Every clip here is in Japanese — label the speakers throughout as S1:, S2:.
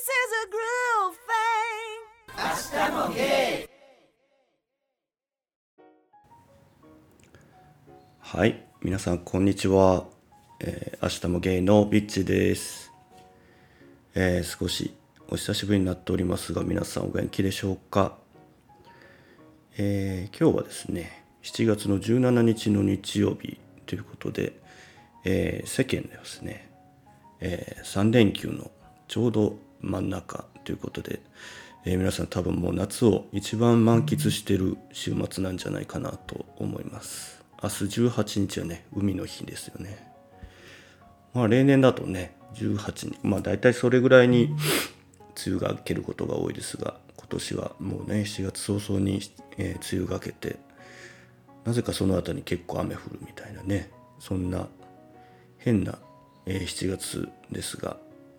S1: is a groove thing. 明日もゲイ。
S2: はい、皆さんこんにちは。明日もゲイのビッチです。少しお久しぶりになっておりますが、皆さんお元気でしょうか。今日はですね、7月の17日の日曜日ということで、世間でですね、3連休のちょうど真ん中ということで、皆さん多分もう夏を一番満喫している週末なんじゃないかなと思います。明日18日はね、海の日ですよね。例年だとね、18日、大体それぐらいに梅雨が明けることが多いですが、今年はもうね、7月早々に、梅雨が明けて、なぜかその後に結構雨降るみたいなね、そんな変な、7月ですが、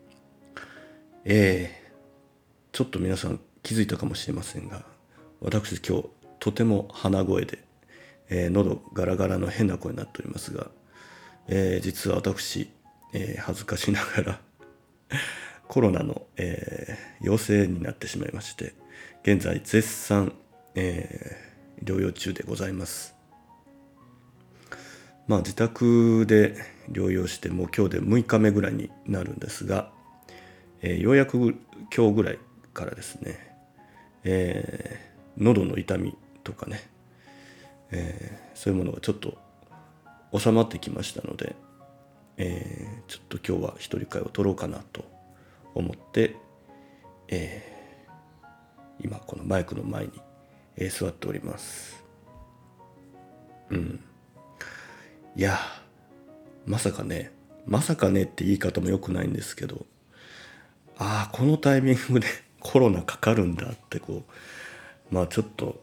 S2: ちょっと皆さん気づいたかもしれませんが、私今日とても鼻声で、喉ガラガラの変な声になっておりますが、実は私、恥ずかしながらコロナの、陽性になってしまいまして、現在絶賛、療養中でございます。自宅で療養してもう今日で6日目ぐらいになるんですが、ようやく今日ぐらいからですね、喉の痛みとかね、そういうものがちょっと収まってきましたので、ちょっと今日は一人会を取ろうかなと思って、今このマイクの前に、座っております。いやまさかねって言い方も良くないんですけど、このタイミングでコロナかかるんだってちょっと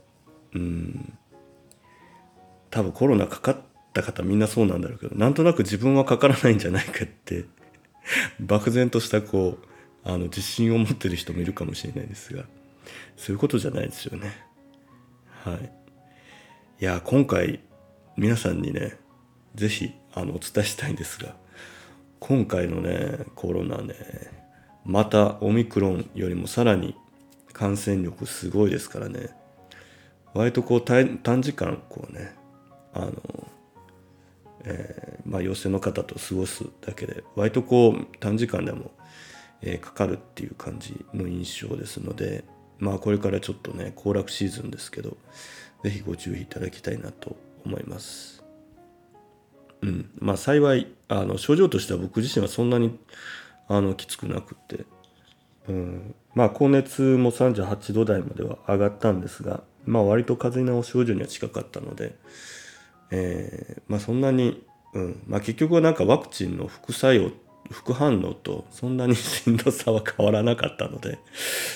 S2: 多分コロナかかった方みんなそうなんだろうけど、なんとなく自分はかからないんじゃないかって漠然とした自信を持ってる人もいるかもしれないですが、そういうことじゃないですよね。はい。いや今回皆さんにねぜひお伝えしたいんですが、今回のねコロナね、またオミクロンよりもさらに感染力すごいですからね、割と短時間陽性の方と過ごすだけで割と短時間でも、かかるっていう感じの印象ですので、これからちょっとね行楽シーズンですけど、ぜひご注意いただきたいなと思います。幸い症状としては僕自身はそんなにきつくなくて、高熱も38度台までは上がったんですが、割と風邪の症状には近かったので、そんなに、結局はワクチンの副反応とそんなにしんどさは変わらなかったので、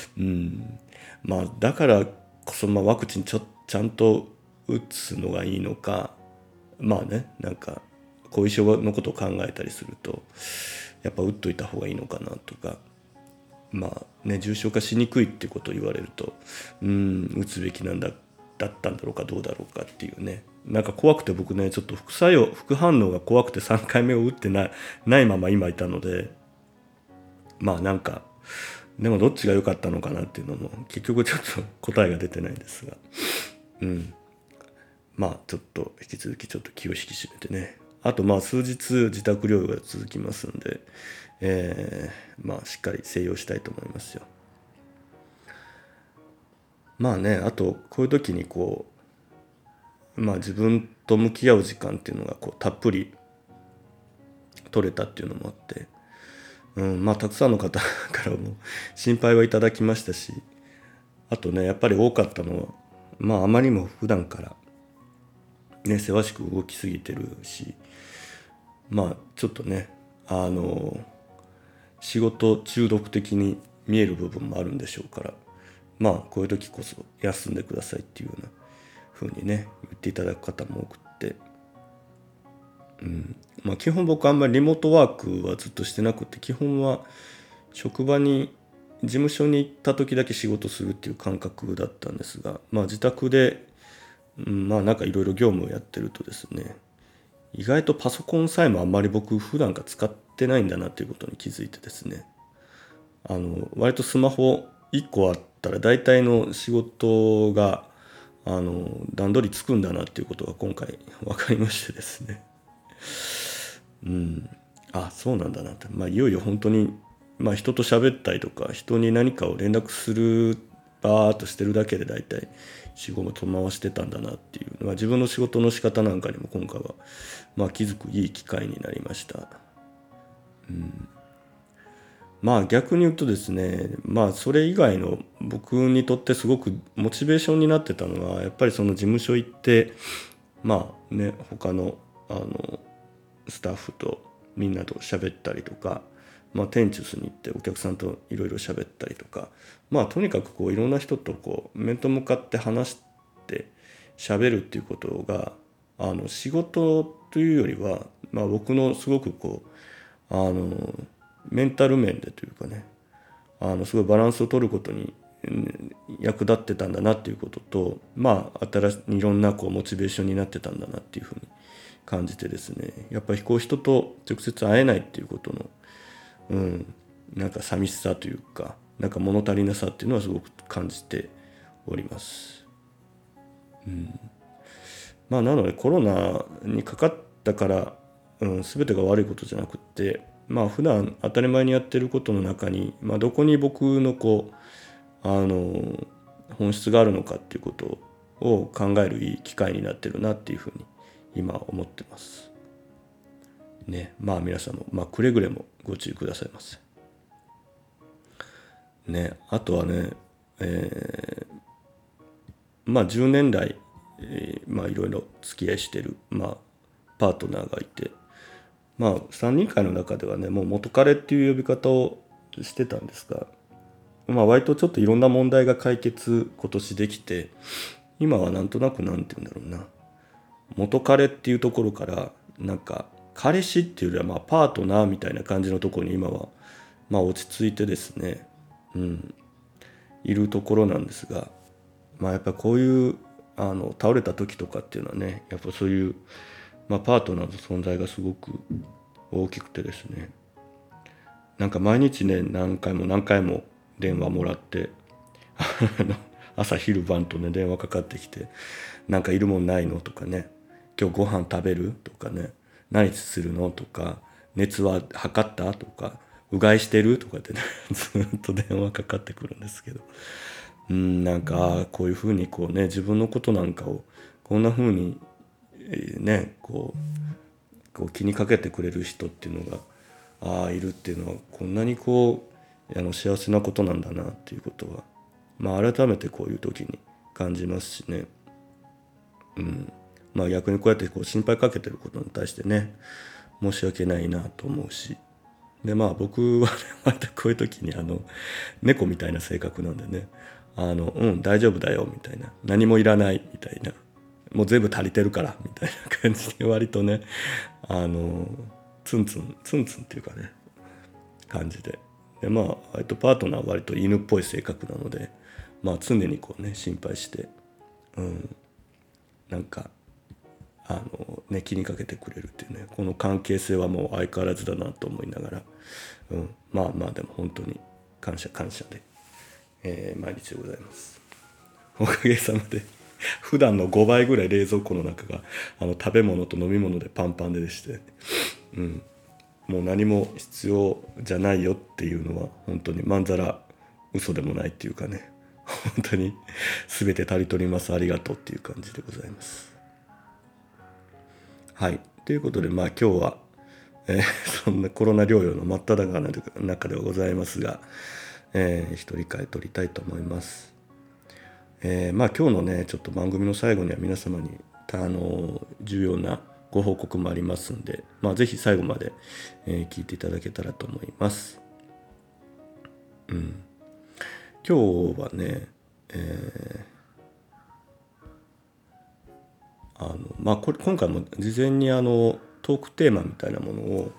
S2: だからこそワクチンちゃんと打つのがいいのか、後遺症のことを考えたりするとやっぱ打っといた方がいいのかなとか、重症化しにくいってことを言われると打つべきだったんだろうかどうだろうかっていうね、怖くて僕ねちょっと副反応が怖くて3回目を打ってないまま今いたので、でもどっちが良かったのかなっていうのも結局ちょっと答えが出てないんですが、ちょっと引き続きちょっと気を引き締めてね、あと数日自宅療養が続きますんで、しっかり静養したいと思いますよ。あとこういう時に自分と向き合う時間っていうのがたっぷり取れたっていうのもあって、たくさんの方からも心配はいただきましたし、あとねやっぱり多かったのはあまりにも普段からねせわしく動きすぎてるし、ちょっとね仕事中毒的に見える部分もあるんでしょうから、こういう時こそ休んでくださいっていうような風にね言っていただく方も多くって、基本僕あんまりリモートワークはずっとしてなくて、基本は職場に事務所に行った時だけ仕事するっていう感覚だったんですが、自宅でいろいろ業務をやってるとですね、意外とパソコンさえもあんまり僕普段から使ってないんだなっていうことに気づいてですね、 割とスマホ1個あったら大体の仕事が段取りつくんだなっていうことが今回分かりましてですね。そうなんだなって、いよいよ本当に、人と喋ったりとか人に何かを連絡するバーっとしてるだけで大体仕事回してたんだなっていう、自分の仕事の仕方なんかにも今回は、気づくいい機会になりました。逆に言うとですね、それ以外の僕にとってすごくモチベーションになってたのは、やっぱりその事務所行って他のスタッフとみんなと喋ったりとか、テンチュスに行ってお客さんといろいろ喋ったりとか、とにかくいろんな人と面と向かって話して喋るっていうことが仕事というよりは、僕のすごくメンタル面でというかね、すごいバランスを取ることに役立ってたんだなっていうことと、新しいいろんなモチベーションになってたんだなっていうふうに感じてですね、やっぱり人と直接会えないっていうことのなんか寂しさというか、なんか物足りなさっていうのはすごく感じております。なのでコロナにかかったから、全てが悪いことじゃなくって、普段当たり前にやってることの中に、どこに僕の本質があるのかっていうことを考えるいい機会になってるなっていうふうに今思ってますね。皆さんも、くれぐれもご注意くださいませね。あとはね、10年来、いろいろ付き合いしてる、パートナーがいて、3人会の中ではね、もう元彼っていう呼び方をしてたんですが、割とちょっといろんな問題が解決今年できて、今はなんとなくなんて言うんだろうな、元彼っていうところからなんか彼氏っていうよりはパートナーみたいな感じのところに今は落ち着いてですね、いるところなんですが、やっぱこういう倒れた時とかっていうのはね、やっぱそういう、パートナーの存在がすごく大きくてですね、なんか毎日ね、何回も何回も電話もらって朝昼晩とね電話かかってきて、なんかいるもんないのとかね、今日ご飯食べるとかね、何するのとか、熱は測ったとか、うがいしてるとかってねずっと電話かかってくるんですけど、なんかこういうふうに自分のことなんかをこんなふうにね気にかけてくれる人っていうのがいるっていうのは、こんなに幸せなことなんだなっていうことは、改めてこういう時に感じますしね。逆にこうやって心配かけてることに対してね、申し訳ないなと思うし、で僕はね、またこういう時に猫みたいな性格なんでね、大丈夫だよみたいな、何もいらないみたいな、もう全部足りてるからみたいな感じで割とね、ツンツンっていうかね、感じで、パートナーは割と犬っぽい性格なので、常に心配して、なんか気にかけてくれるっていうね、この関係性はもう相変わらずだなと思いながら、でも本当に感謝で、毎日でございます。おかげさまで普段の5倍ぐらい冷蔵庫の中が食べ物と飲み物でパンパンでして、もう何も必要じゃないよっていうのは本当にまんざら嘘でもないっていうかね、本当に全て足りとります、ありがとうっていう感じでございます。はい、ということで今日は、そんなコロナ療養の真っ只中ではございますが、一人会取りたいと思います。今日のねちょっと番組の最後には皆様に重要なご報告もありますんで、ぜひ最後まで、聞いていただけたらと思います。今日はね、今回も事前にトークテーマみたいなものを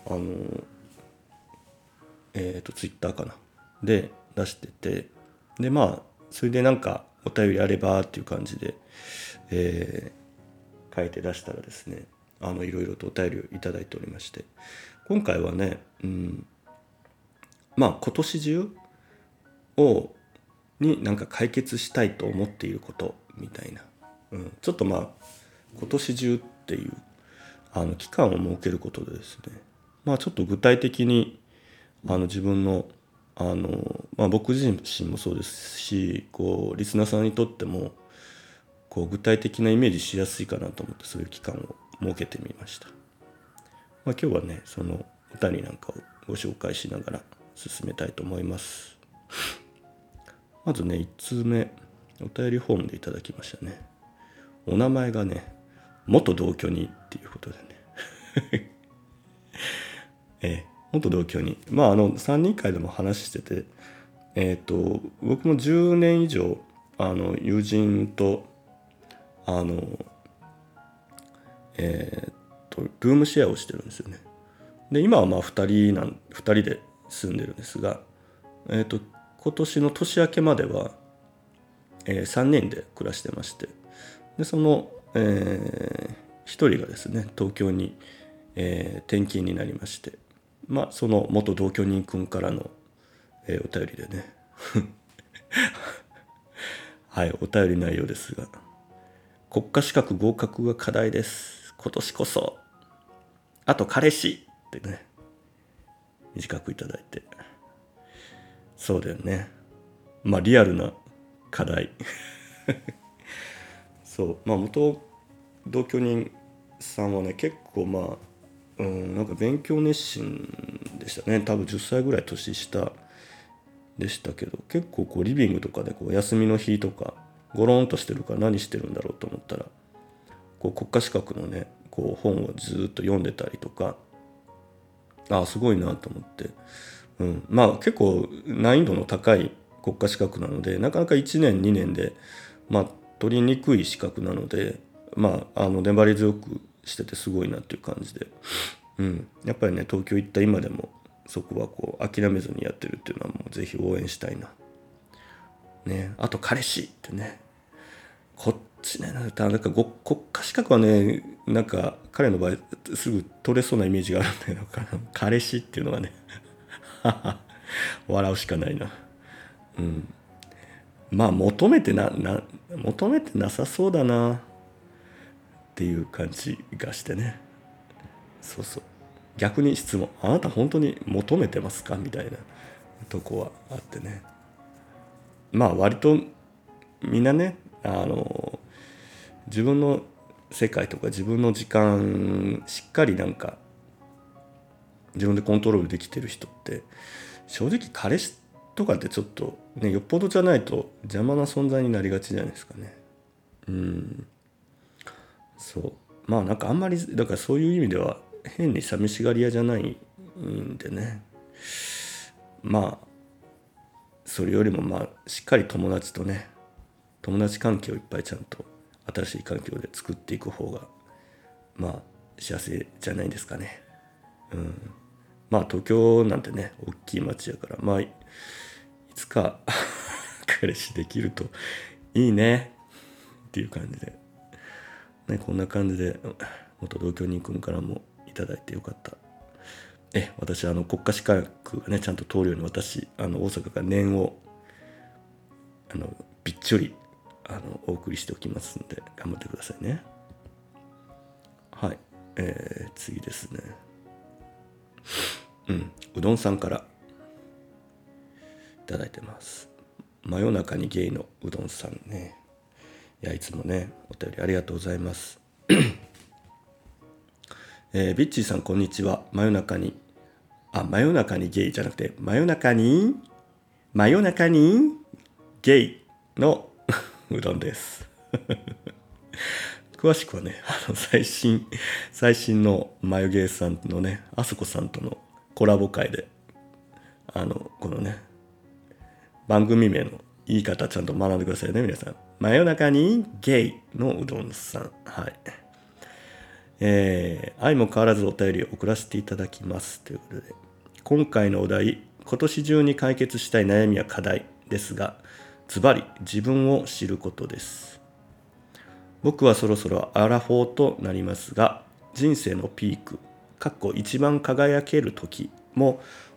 S2: ツイッターかなで出してて、でそれでなんかお便りあればっていう感じで、書いて出したらですね、いろいろとお便りをいただいておりまして、今回はね、 今年中になんか解決したいと思っていることみたいな、ちょっと今年中っていう期間を設けることでですね、ちょっと具体的に自分の僕自身もそうですし、リスナーさんにとっても具体的なイメージしやすいかなと思って、そういう期間を設けてみました。今日はね、その歌になんかをご紹介しながら進めたいと思います。まずね、1通目お便りフォームでいただきましたね。お名前がね、元同居人っていうことでね元同居人、3人会でも話してて、僕も10年以上友人とルームシェアをしてるんですよね。で今は2人で住んでるんですが、今年の年明けまでは、3人で暮らしてまして、でその、1人がですね東京に、転勤になりまして、その元同居人くんからの、お便りでねはい、お便り内容ですが、国家資格合格が課題です。今年こそ。あと彼氏ってね、短くいただいて。そうだよね。リアルな課題。そう、元同居人さんはね、結構なんか勉強熱心でしたね。多分10歳ぐらい年下でしたけど、結構リビングとかで休みの日とかゴロンとしてるから何してるんだろうと思ったら、国家資格のね本をずっと読んでたりとか、すごいなと思って、結構難易度の高い国家資格なので、なかなか1年2年で取りにくい資格なので、粘り強くしててすごいなっていう感じで、やっぱりね東京行った今でもそこは諦めずにやってるっていうのはもうぜひ応援したいな。ね、あと彼氏ってね、こっちね、なんか国家資格はね、なんか彼の場合すぐ取れそうなイメージがあるんだけど、彼氏っていうのはね笑うしかないな。求めてなさそうだなっていう感じがしてね。そうそう、逆に質問、あなた本当に求めてますかみたいなとこはあってね。割とみんなね、自分の世界とか自分の時間しっかりなんか自分でコントロールできてる人って、正直彼氏とかってちょっとね、よっぽどじゃないと邪魔な存在になりがちじゃないですかね。そうなんかあんまりだからそういう意味では変に寂しがり屋じゃないんでね、それよりもしっかり友達関係をいっぱいちゃんと新しい環境で作っていく方が幸せじゃないですかね。東京なんてね大きい町やから、いつか彼氏できるといいねっていう感じで、ね、こんな感じで元同居人くんからもいただいてよかった。私国家資格がねちゃんと通るように、私大阪から念をびっちょりお送りしておきますんで頑張ってくださいね。はい、次ですね。うどんさんからいただいてます。真夜中にゲイのうどんさんね。いつもねお便りありがとうございます。ビッチーさんこんにちは。真夜中にゲイじゃなくて真夜中にゲイのうどんです詳しくはね最新の眉毛さんのねあすこさんとのコラボ会でこのね番組名の言い方ちゃんと学んでくださいね皆さん。真夜中にゲイのうどんさん、はい。相も変わらずお便りを送らせていただきますということで、今回のお題、今年中に解決したい悩みや課題ですが、ズバリ自分を知ることです。僕はそろそろアラフォーとなりますが、人生のピーク一番輝ける時も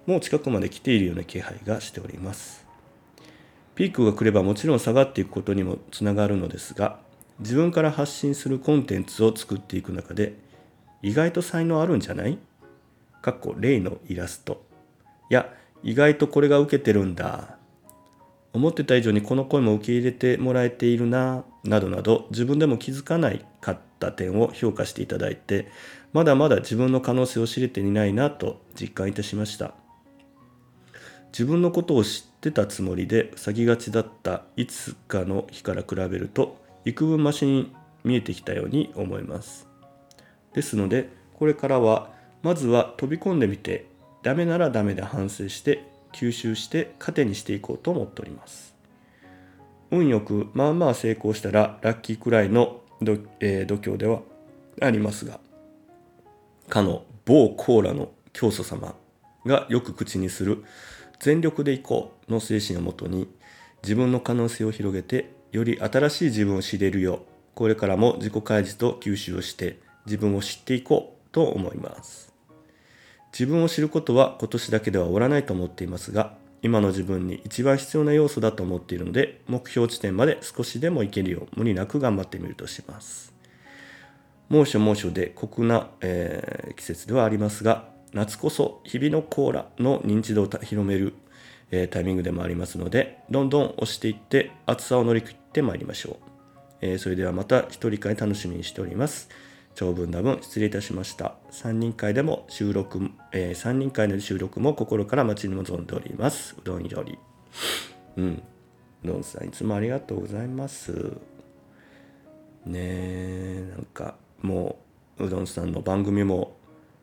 S2: もう近くまで来ているような気配がしております。ピークが来ればもちろん下がっていくことにもつながるのですが、自分から発信するコンテンツを作っていく中で、意外と才能あるんじゃない？例のイラスト。や、意外とこれが受けてるんだ。思ってた以上にこの声も受け入れてもらえているな、などなど自分でも気づかないかった点を評価していただいて、まだまだ自分の可能性を知れていないなと実感いたしました。自分のことを知ってたつもりで塞ぎがちだったいつかの日から比べると幾分増しに見えてきたように思います。ですのでこれからはまずは飛び込んでみて、ダメならダメで反省して吸収して糧にしていこうと思っております。運よくまあまあ成功したらラッキーくらいの度胸ではありますが、かの某コーラの教祖様がよく口にする全力でいこうの精神をもとに、自分の可能性を広げてより新しい自分を知れるよう、これからも自己開示と吸収をして自分を知っていこうと思います。自分を知ることは今年だけでは終わらないと思っていますが、今の自分に一番必要な要素だと思っているので、目標地点まで少しでも行けるよう無理なく頑張ってみるとします。猛暑で酷な、季節ではありますが、夏こそ日々のコーラの認知度を広める、タイミングでもありますので、どんどん押していって暑さを乗り切ってまいりましょう。それではまた一人会楽しみにしております。長文多文失礼いたしました。3人会での収録も心から待ち望んでおります。うどんより。うどんさんいつもありがとうございます。ねえ、なんかもううどんさんの番組も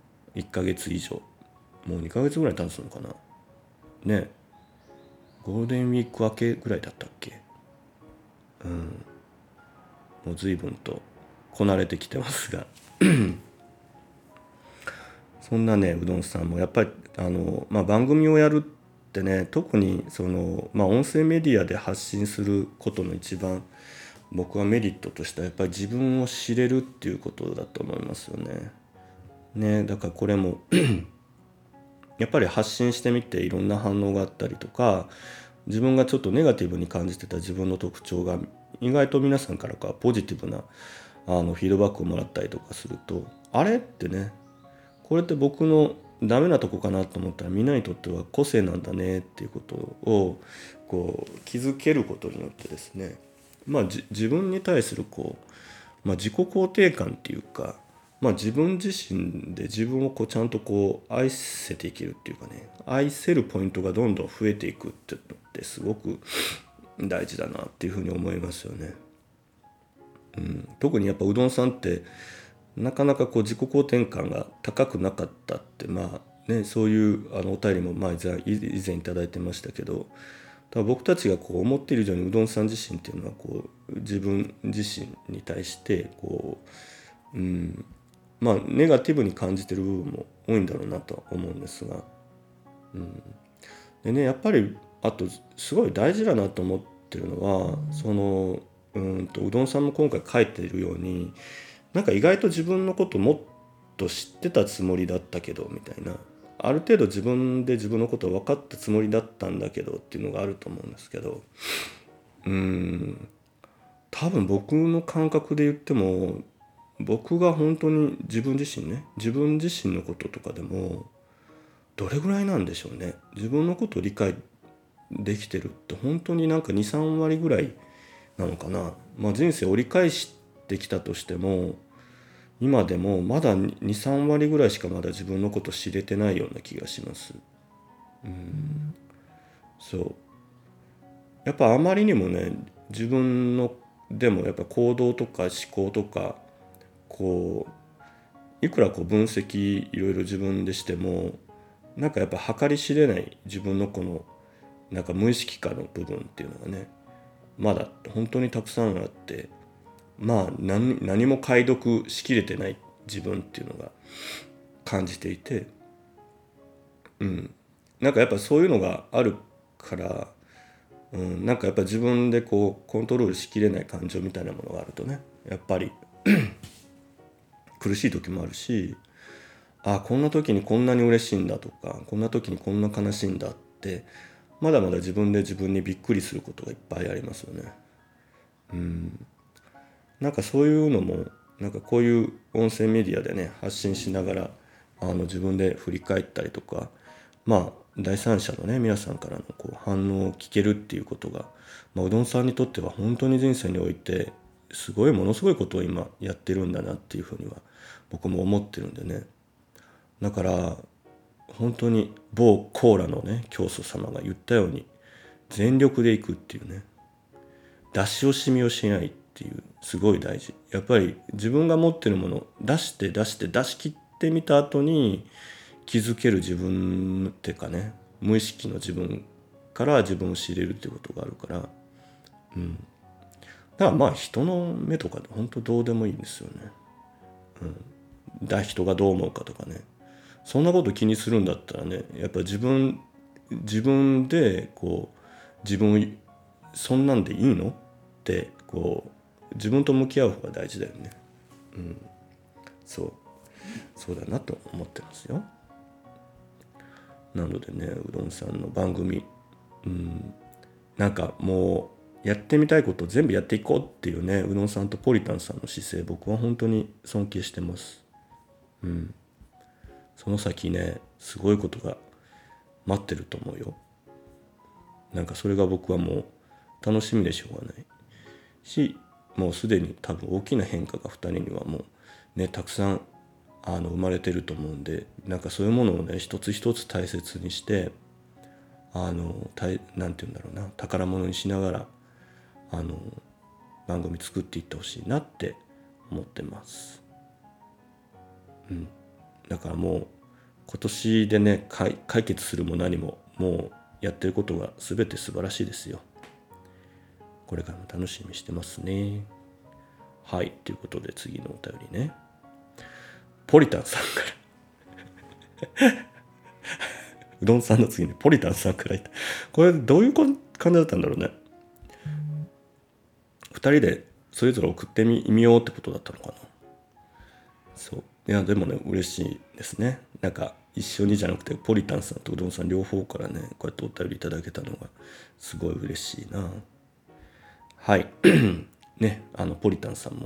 S2: 1ヶ月以上、もう2ヶ月ぐらい経つのかな。ねえ、ゴールデンウィーク明けぐらいだったっけ。もう随分とこなれてきてますがそんなねうどんさんもやっぱり番組をやるってね、特に音声メディアで発信することの一番僕はメリットとしてはやっぱり自分を知れるっていうことだと思いますよね。だからこれもやっぱり発信してみていろんな反応があったりとか、自分がちょっとネガティブに感じてた自分の特徴が意外と皆さんからポジティブなフィードバックをもらったりとかすると、あれってね、これって僕のダメなとこかなと思ったらみんなにとっては個性なんだねっていうことを気づけることによってですね、自分に対する自己肯定感っていうか、自分自身で自分をちゃんと愛せていけるっていうかね、愛せるポイントがどんどん増えていくってすごく大事だなっていうふうに思いますよね。特にやっぱうどんさんってなかなか自己肯定感が高くなかったってそういうお便りも以前いただいてましたけど、ただ僕たちが思っている以上にうどんさん自身っていうのは自分自身に対してネガティブに感じてる部分も多いんだろうなとは思うんですが、でね、やっぱりあとすごい大事だなと思ってるのは、うどんさんも今回書いているように、なんか意外と自分のこともっと知ってたつもりだったけどみたいな、ある程度自分で自分のこと分かったつもりだったんだけどっていうのがあると思うんですけど、多分僕の感覚で言っても、僕が本当に自分自身のこととかでもどれぐらいなんでしょうね。自分のことを理解できてるって本当になんか 2,3 割ぐらいなのかな。人生を折り返してきたとしても、今でもまだ 2,3 割ぐらいしかまだ自分のこと知れてないような気がします。そうやっぱあまりにもね、自分のでもやっぱ行動とか思考とかいくら分析いろいろ自分でしても、なんかやっぱ計り知れない自分のなんか無意識化の部分っていうのがね、まだ本当にたくさんあって、何も解読しきれてない自分っていうのが感じていて、なんかやっぱそういうのがあるから、なんかやっぱ自分でコントロールしきれない感情みたいなものがあるとね、やっぱり苦しい時もあるし、 こんな時にこんなに嬉しいんだとか、こんな時にこんな悲しいんだって、まだまだ自分で自分にびっくりすることがいっぱいありますよね。なんかそういうのも、なんかこういう音声メディアでね発信しながら自分で振り返ったりとか、第三者のね皆さんからの反応を聞けるっていうことが、うどんさんにとっては本当に人生においてものすごいことを今やってるんだなっていうふうには僕も思ってるんでね。だから本当に某コーラのね教祖様が言ったように全力でいくっていうね、出し惜しみをしないっていうすごい大事。やっぱり自分が持ってるものを出し切ってみた後に気づける自分っていうかね、無意識の自分から自分を知れるっていうことがあるから、だから人の目とかで本当どうでもいいんですよね。人がどう思うかとかね、そんなこと気にするんだったらね、やっぱ自分で自分そんなんでいいのって自分と向き合う方が大事だよね。そうだなと思ってますよ。なのでね、うどんさんの番組、なんかもうやってみたいことを全部やっていこうっていうね、うどんさんとポリタンさんの姿勢、僕は本当に尊敬してます。その先ね、すごいことが待ってると思うよ。なんかそれが僕はもう楽しみでしょうがないし、もうすでに多分大きな変化が2人にはもうねたくさん生まれてると思うんで、なんかそういうものをね一つ一つ大切にしてなんて言うんだろうな、宝物にしながら番組作っていってほしいなって思ってます。だからもう今年でね解決するも何ももうやってることが全て素晴らしいですよ。これからも楽しみにしてますね。はい、ということで次のお便りね、ポリタンさんからうどんさんの次にポリタンさんからいた。これどういう感じだったんだろうね。2人でそれぞれ送ってみようってことだったのかな。いやでもね嬉しいですね。なんか一緒にじゃなくてポリタンさんとうどんさん両方からねこうやってお便りいただけたのがすごい嬉しいな。はいね、ポリタンさんも、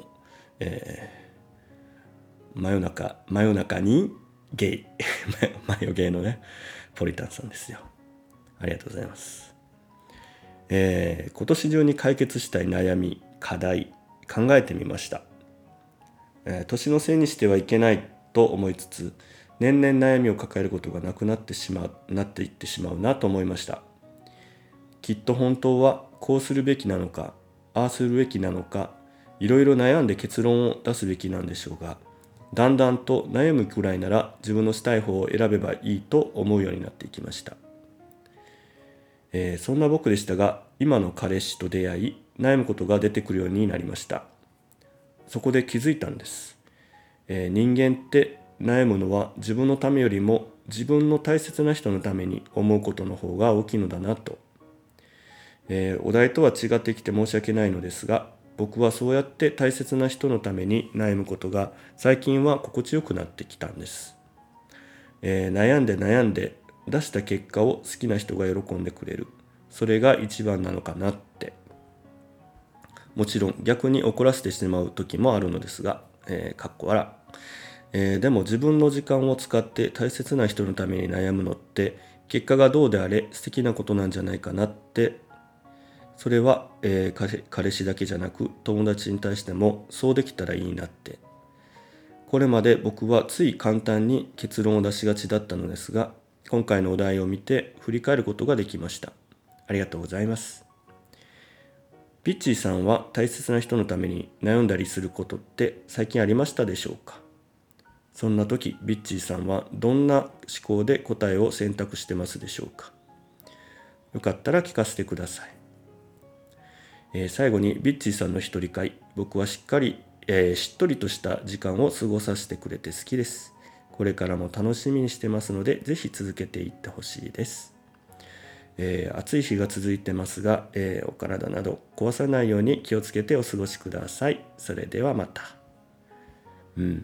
S2: 真夜中にゲイマヨゲイのねポリタンさんですよ。ありがとうございます。今年中に解決したい悩み課題考えてみました。年のせいにしてはいけないと思いつつ、年々悩みを抱えることがなくなっていってしまうなと思いました。きっと本当はこうするべきなのか、ああするべきなのか、いろいろ悩んで結論を出すべきなんでしょうが、だんだんと悩むくらいなら自分のしたい方を選べばいいと思うようになっていきました。そんな僕でしたが、今の彼氏と出会い、悩むことが出てくるようになりました。そこで気づいたんです。人間って悩むのは自分のためよりも自分の大切な人のために思うことの方が大きいのだなと。お題とは違ってきて申し訳ないのですが、僕はそうやって大切な人のために悩むことが最近は心地よくなってきたんです。悩んで出した結果を好きな人が喜んでくれる。それが一番なのかなって。もちろん逆に怒らせてしまう時もあるのですが、かっこ笑。でも自分の時間を使って大切な人のために悩むのって結果がどうであれ素敵なことなんじゃないかなって。それは、彼氏だけじゃなく友達に対してもそうできたらいいなって。これまで僕はつい簡単に結論を出しがちだったのですが、今回のお題を見て振り返ることができました。ありがとうございます。ピッチーさんは大切な人のために悩んだりすることって最近ありましたでしょうか。そんな時、ビッチーさんはどんな思考で答えを選択してますでしょうか。よかったら聞かせてください。最後にビッチーさんの一人会、僕はしっとりとした時間を過ごさせてくれて好きです。これからも楽しみにしてますので、ぜひ続けていってほしいです。暑い日が続いてますが、お体など壊さないように気をつけてお過ごしください。それではまた。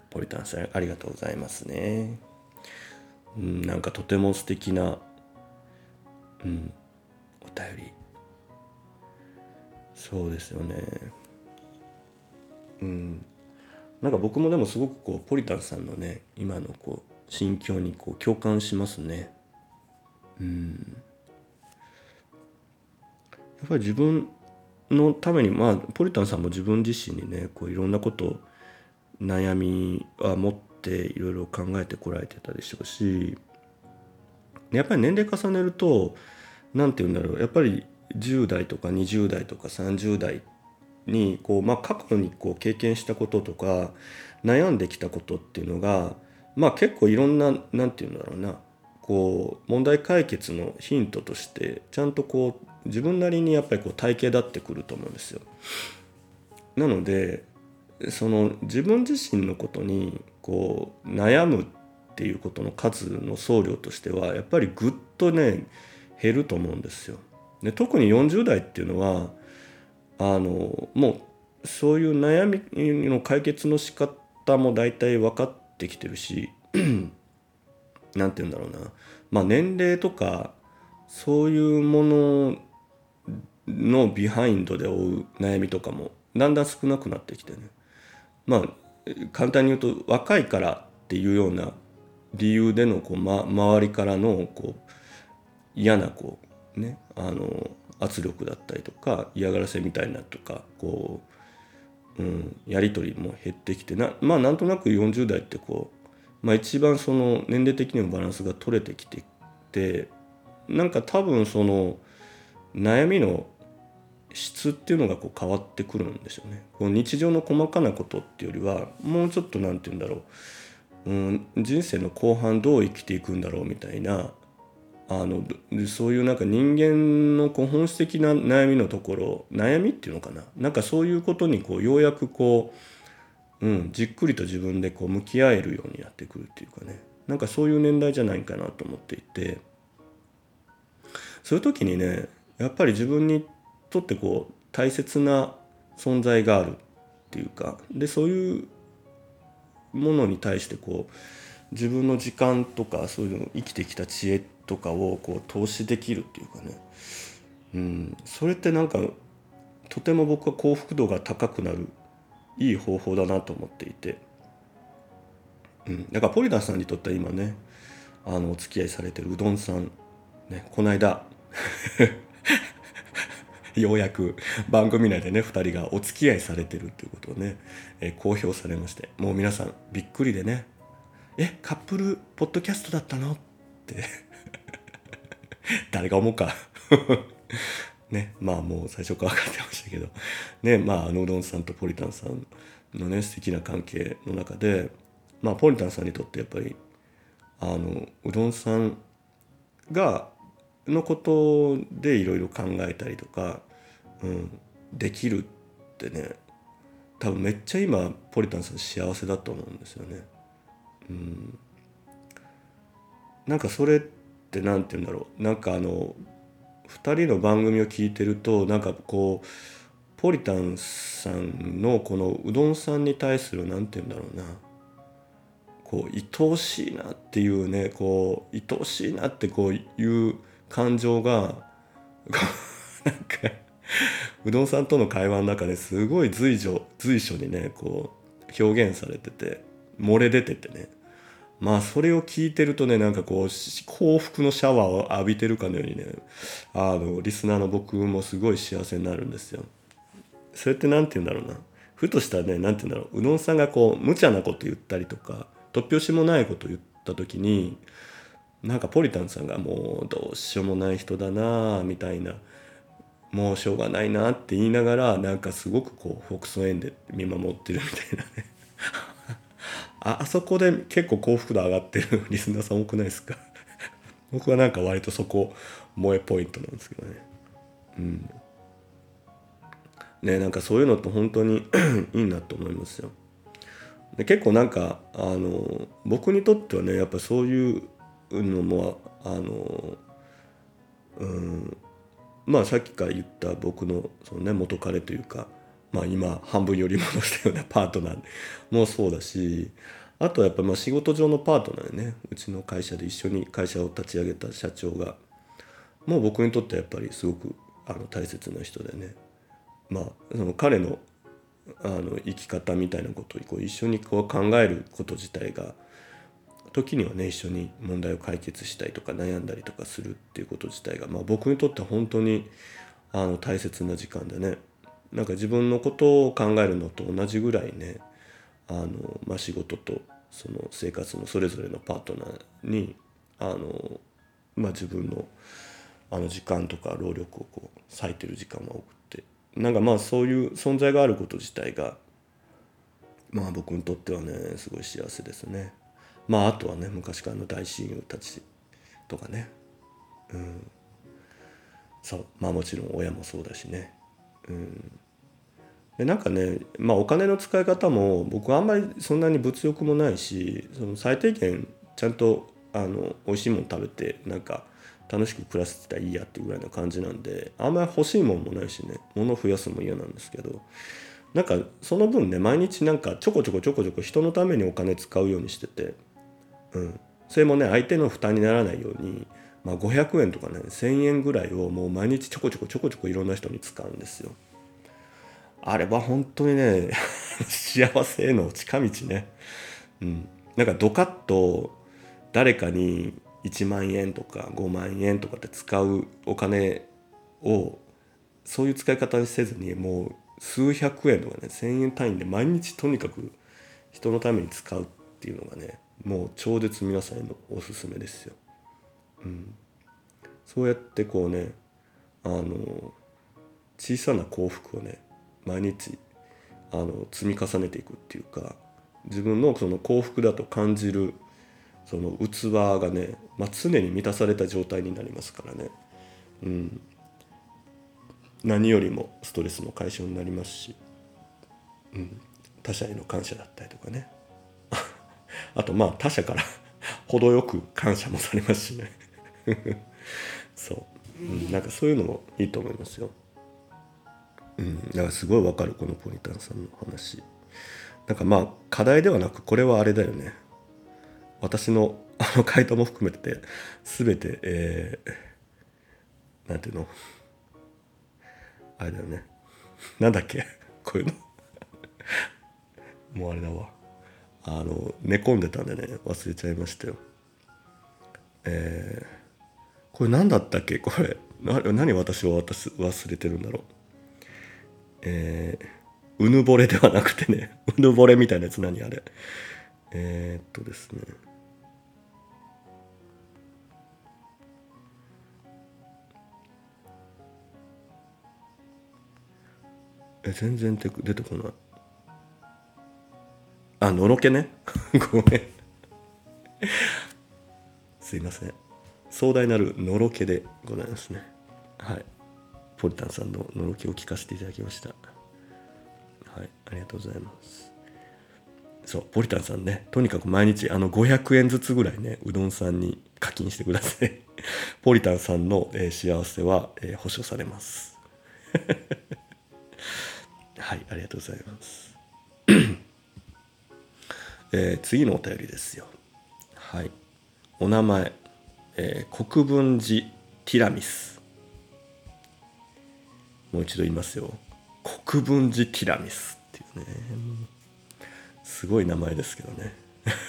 S2: ポリタンさんありがとうございますね。なんかとても素敵な、お便り。そうですよね。なんか僕もでもすごくこうポリタンさんのね今のこう心境にこう共感しますね。やっぱり自分のためにポリタンさんも自分自身にねこういろんなこと悩みは持っていろいろ考えてこられてたでしょうし、やっぱり年齢重ねるとなんて言うんだろう、やっぱり10代とか20代とか30代にこう、過去にこう経験したこととか悩んできたことっていうのが、結構いろんななんて言うんだろうな、こう問題解決のヒントとしてちゃんとこう自分なりにやっぱりこう体系立ってくると思うんですよ。なのでその自分自身のことにこう悩むっていうことの数の総量としてはやっぱりぐっとね減ると思うんですよ。で特に40代っていうのはもうそういう悩みの解決の仕方も大体分かってきてるしなんて言うんだろうな、年齢とかそういうもののビハインドで追う悩みとかもだんだん少なくなってきてね、簡単に言うと若いからっていうような理由でのこう、周りからのこう嫌なこうね圧力だったりとか嫌がらせみたいなとかこう、やり取りも減ってきてなんとなく40代ってこう、一番その年齢的にもバランスが取れてきてて、なんか多分その悩みの質っていうのがこう変わってくるんでしょうね。こう日常の細かなことっていうよりはもうちょっとなんて言うんだろう、人生の後半どう生きていくんだろうみたいなそういうなんか人間のこう本質的な悩みのところ、悩みっていうのかな、なんかそういうことにこうようやくこう、じっくりと自分でこう向き合えるようになってくるっていうかね、なんかそういう年代じゃないかなと思っていて、そういう時にねやっぱり自分にとってこう大切な存在があるっていうかで、そういうものに対してこう自分の時間とかそういうの生きてきた知恵とかをこう投資できるっていうかね、それってなんかとても僕は幸福度が高くなるいい方法だなと思っていて、だからポリダンさんにとっては今ねお付き合いされてるうどんさんね、この間ようやく番組内でね2人がお付き合いされてるっていうことをね、公表されまして、もう皆さんびっくりでね、カップルポッドキャストだったのって誰が思うかね、もう最初から分かってましたけどね、うどんさんとポリタンさんのね素敵な関係の中で、ポリタンさんにとってやっぱりうどんさんがのことでいろいろ考えたりとか、できるってね、多分めっちゃ今ポリタンさん幸せだと思うんですよね。なんかそれってなんて言うんだろう、なんか2人の番組を聞いてるとなんかこうポリタンさんのこのうどんさんに対するなんて言うんだろうな、こう愛おしいなっていうね、こう愛おしいなってこういう感情がなんかうどんさんとの会話の中ですごい随所にねこう表現されてて漏れ出ててね、それを聞いてるとねなんかこう幸福のシャワーを浴びてるかのようにねリスナーの僕もすごい幸せになるんですよ。それってなんて言うんだろうな、ふとしたねなんて言うんだろう、うどんさんがこう無茶なこと言ったりとか突拍子もないこと言った時になんかポリタンさんがもうどうしようもない人だなみたいな、もうしょうがないなって言いながらなんかすごくこうフォークソエンで見守ってるみたいなねあそこで結構幸福度上がってるリスナーさん多くないですか僕はなんか割とそこ萌えポイントなんですけどね、なんかそういうのって本当にいいなと思いますよ。で結構なんか僕にとってはねやっぱそういうのもさっきから言った僕のそのね元彼というか、今半分寄り戻したようなパートナーもそうだし、 あとはやっぱ仕事上のパートナーでね、うちの会社で一緒に会社を立ち上げた社長がもう僕にとってやっぱりすごく大切な人でね、その彼の生き方みたいなことを一緒に考えること自体が、時にはね一緒に問題を解決したりとか悩んだりとかするっていうこと自体が、僕にとっては本当に大切な時間でね、なんか自分のことを考えるのと同じぐらいね、仕事とその生活のそれぞれのパートナーに自分の時間とか労力を割いてる時間が多くて、なんかそういう存在があること自体が僕にとってはねすごい幸せですね。あとはね昔からの大親友たちとかね、そうもちろん親もそうだしね、でなんかねお金の使い方も僕はあんまりそんなに物欲もないし、その最低限ちゃんと美味しいもの食べてなんか楽しく暮らせてたらいいやっていうぐらいの感じなんで、あんまり欲しいもんもないしね、物を増やすのも嫌なんですけど、なんかその分ね毎日なんかちょこちょこ人のためにお金使うようにしてて、それもね相手の負担にならないように、500円とかね1000円ぐらいをもう毎日ちょこちょこいろんな人に使うんですよ。あれは本当にね幸せへの近道ね。なんかドカッと誰かに1万円とか5万円とかって使うお金をそういう使い方にせずに、もう数百円とかね1000円単位で毎日とにかく人のために使うっていうのがね、もう超絶皆さんへのおすすめですよ。そうやってこうね小さな幸福をね毎日積み重ねていくっていうか、自分のその幸福だと感じるその器がね、常に満たされた状態になりますからね、何よりもストレスの解消になりますし、他者への感謝だったりとかねあと他者から程よく感謝もされますしねそう、なんかそういうのもいいと思いますよ。だからすごいわかるこのポリタンさんの話。なんか課題ではなくこれはあれだよね、私の回答も含めて全てなんていうのあれだよね、なんだっけこういうのもうあれだわ、寝込んでたんでね忘れちゃいましたよ。これ何だったっけ、これ何私は忘れてるんだろう。うぬぼれではなくてねうぬぼれみたいなやつ何あれ、ですね、全然出てこない。のろけねごめんすいません、壮大なるのろけでございますね。はい、ポリタンさんののろけを聞かせていただきました。はい、ありがとうございます。そうポリタンさんね、とにかく毎日500円ずつぐらいねうどんさんに課金してくださいポリタンさんの、幸せは、保証されますはいありがとうございます次のお便りですよ。はい、お名前、国分寺ティラミス。もう一度言いますよ、国分寺ティラミスっていうね、すごい名前ですけどね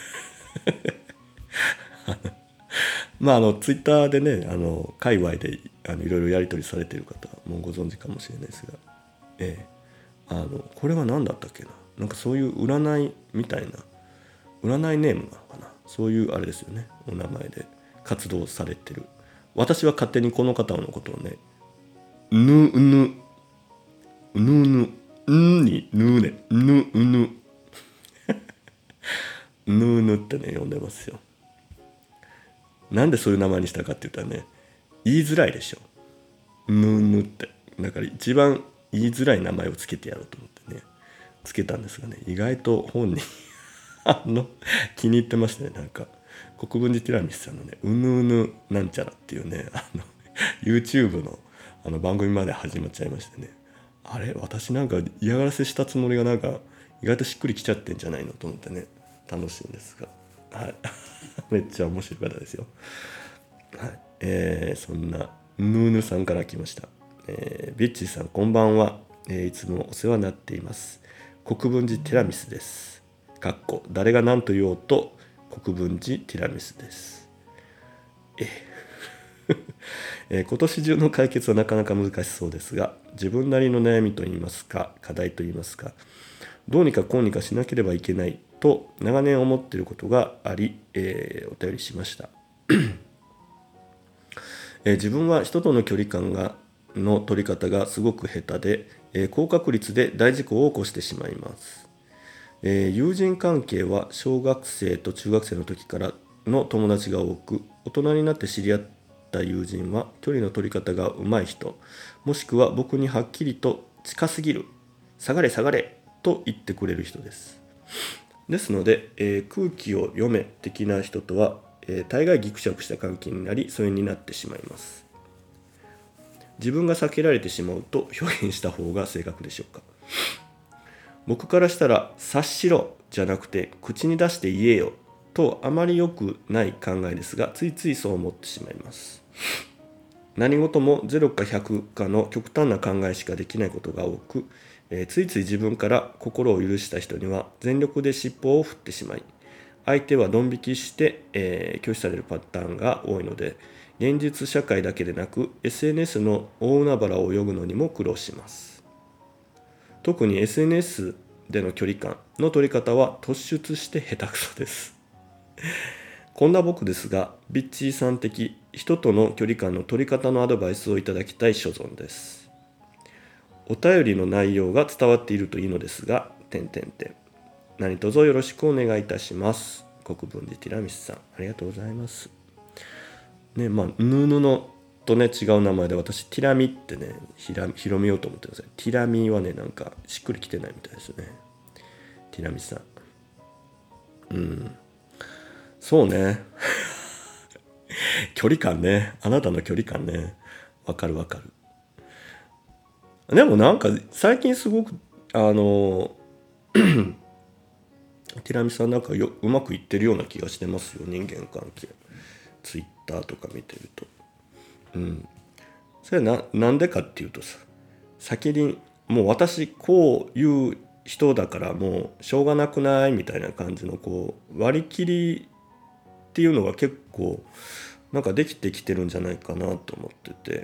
S2: ツイッターでね界隈でいろいろやり取りされている方もうご存知かもしれないですが、これは何だったっけな、なんかそういう占いみたいな占いネームなのかな、そういうあれですよね、お名前で活動されてる。私は勝手にこの方のことをねぬぬぬぬんにぬねぬぬぬぬってね呼んでますよ。なんでそういう名前にしたかって言ったらね、言いづらいでしょぬぬって。だから一番言いづらい名前をつけてやろうと思ってねつけたんですがね、意外と本人気に入ってましたね。なんか国分寺ティラミスさんのねうぬうぬなんちゃらっていうねYouTube の番組まで始まっちゃいましてね、私なんか嫌がらせしたつもりがなんか意外としっくりきちゃってんじゃないのと思ってね楽しいんですが、はい、めっちゃ面白い方ですよ。はい、そんなヌーヌさんから来ました。ビッチーさんこんばんは、いつもお世話になっています。国分寺ティラミスです。誰が何と言おうと国分寺ティラミスです。今年中の解決はなかなか難しそうですが、自分なりの悩みといいますか課題といいますか、どうにかこうにかしなければいけないと長年思っていることがあり、お便りしました。自分は人との距離感の取り方がすごく下手で、高確率で大事故を起こしてしまいます。友人関係は小学生と中学生の時からの友達が多く、大人になって知り合った友人は距離の取り方が上手い人、もしくは僕にはっきりと近すぎる、下がれ下がれと言ってくれる人です。ですので、空気を読め的な人とは、大概ギクシャクした関係になり疎遠になってしまいます。自分が避けられてしまうと表現した方が正確でしょうか。僕からしたら察しろじゃなくて口に出して言えよとあまり良くない考えですが、ついついそう思ってしまいます。何事も0か100かの極端な考えしかできないことが多く、ついつい自分から心を許した人には全力で尻尾を振ってしまい、相手はドン引きして、拒否されるパターンが多いので、現実社会だけでなく SNS の大海原を泳ぐのにも苦労します。特に SNS での距離感の取り方は突出して下手くそです。こんな僕ですが、ビッチーさん的人との距離感の取り方のアドバイスをいただきたい所存です。お便りの内容が伝わっているといいのですが、何卒よろしくお願いいたします。国分寺ティラミスさん、ありがとうございます。ね、ヌーヌのとね違う名前で、私ティラミってね広めようと思ってるんですよ。ティラミはねなんかしっくりきてないみたいですね。ティラミさん、そうね距離感ね、あなたの距離感ね、わかる。でもなんか最近すごくティラミさんなんかうまくいってるような気がしてますよ、人間関係。ツイッターとか見てると。それはなんでかっていうとさ、先にもう私こういう人だからもうしょうがなくないみたいな感じのこう割り切りっていうのが結構なんかできてきてるんじゃないかなと思ってて、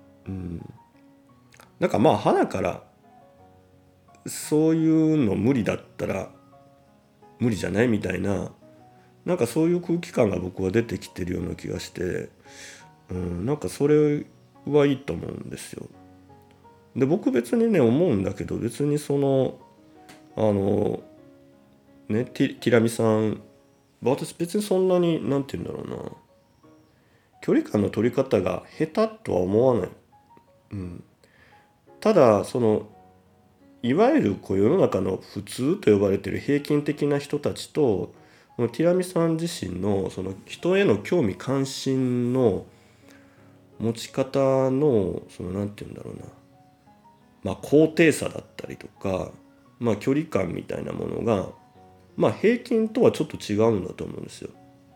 S2: なんか花からそういうの無理だったら無理じゃないみたいな、なんかそういう空気感が僕は出てきてるような気がして、なんかそれはいいと思うんですよ。で僕別にね思うんだけど、別にそのティラミさん、私別にそんなになんて言うんだろうな、距離感の取り方が下手とは思わない。ただそのいわゆるこう世の中の普通と呼ばれている平均的な人たちと、ティラミさん自身のその人への興味関心の持ち方のそのなんて言うんだろうな、高低差だったりとか、距離感みたいなものが、平均とはちょっと違うんだと思うんですよ。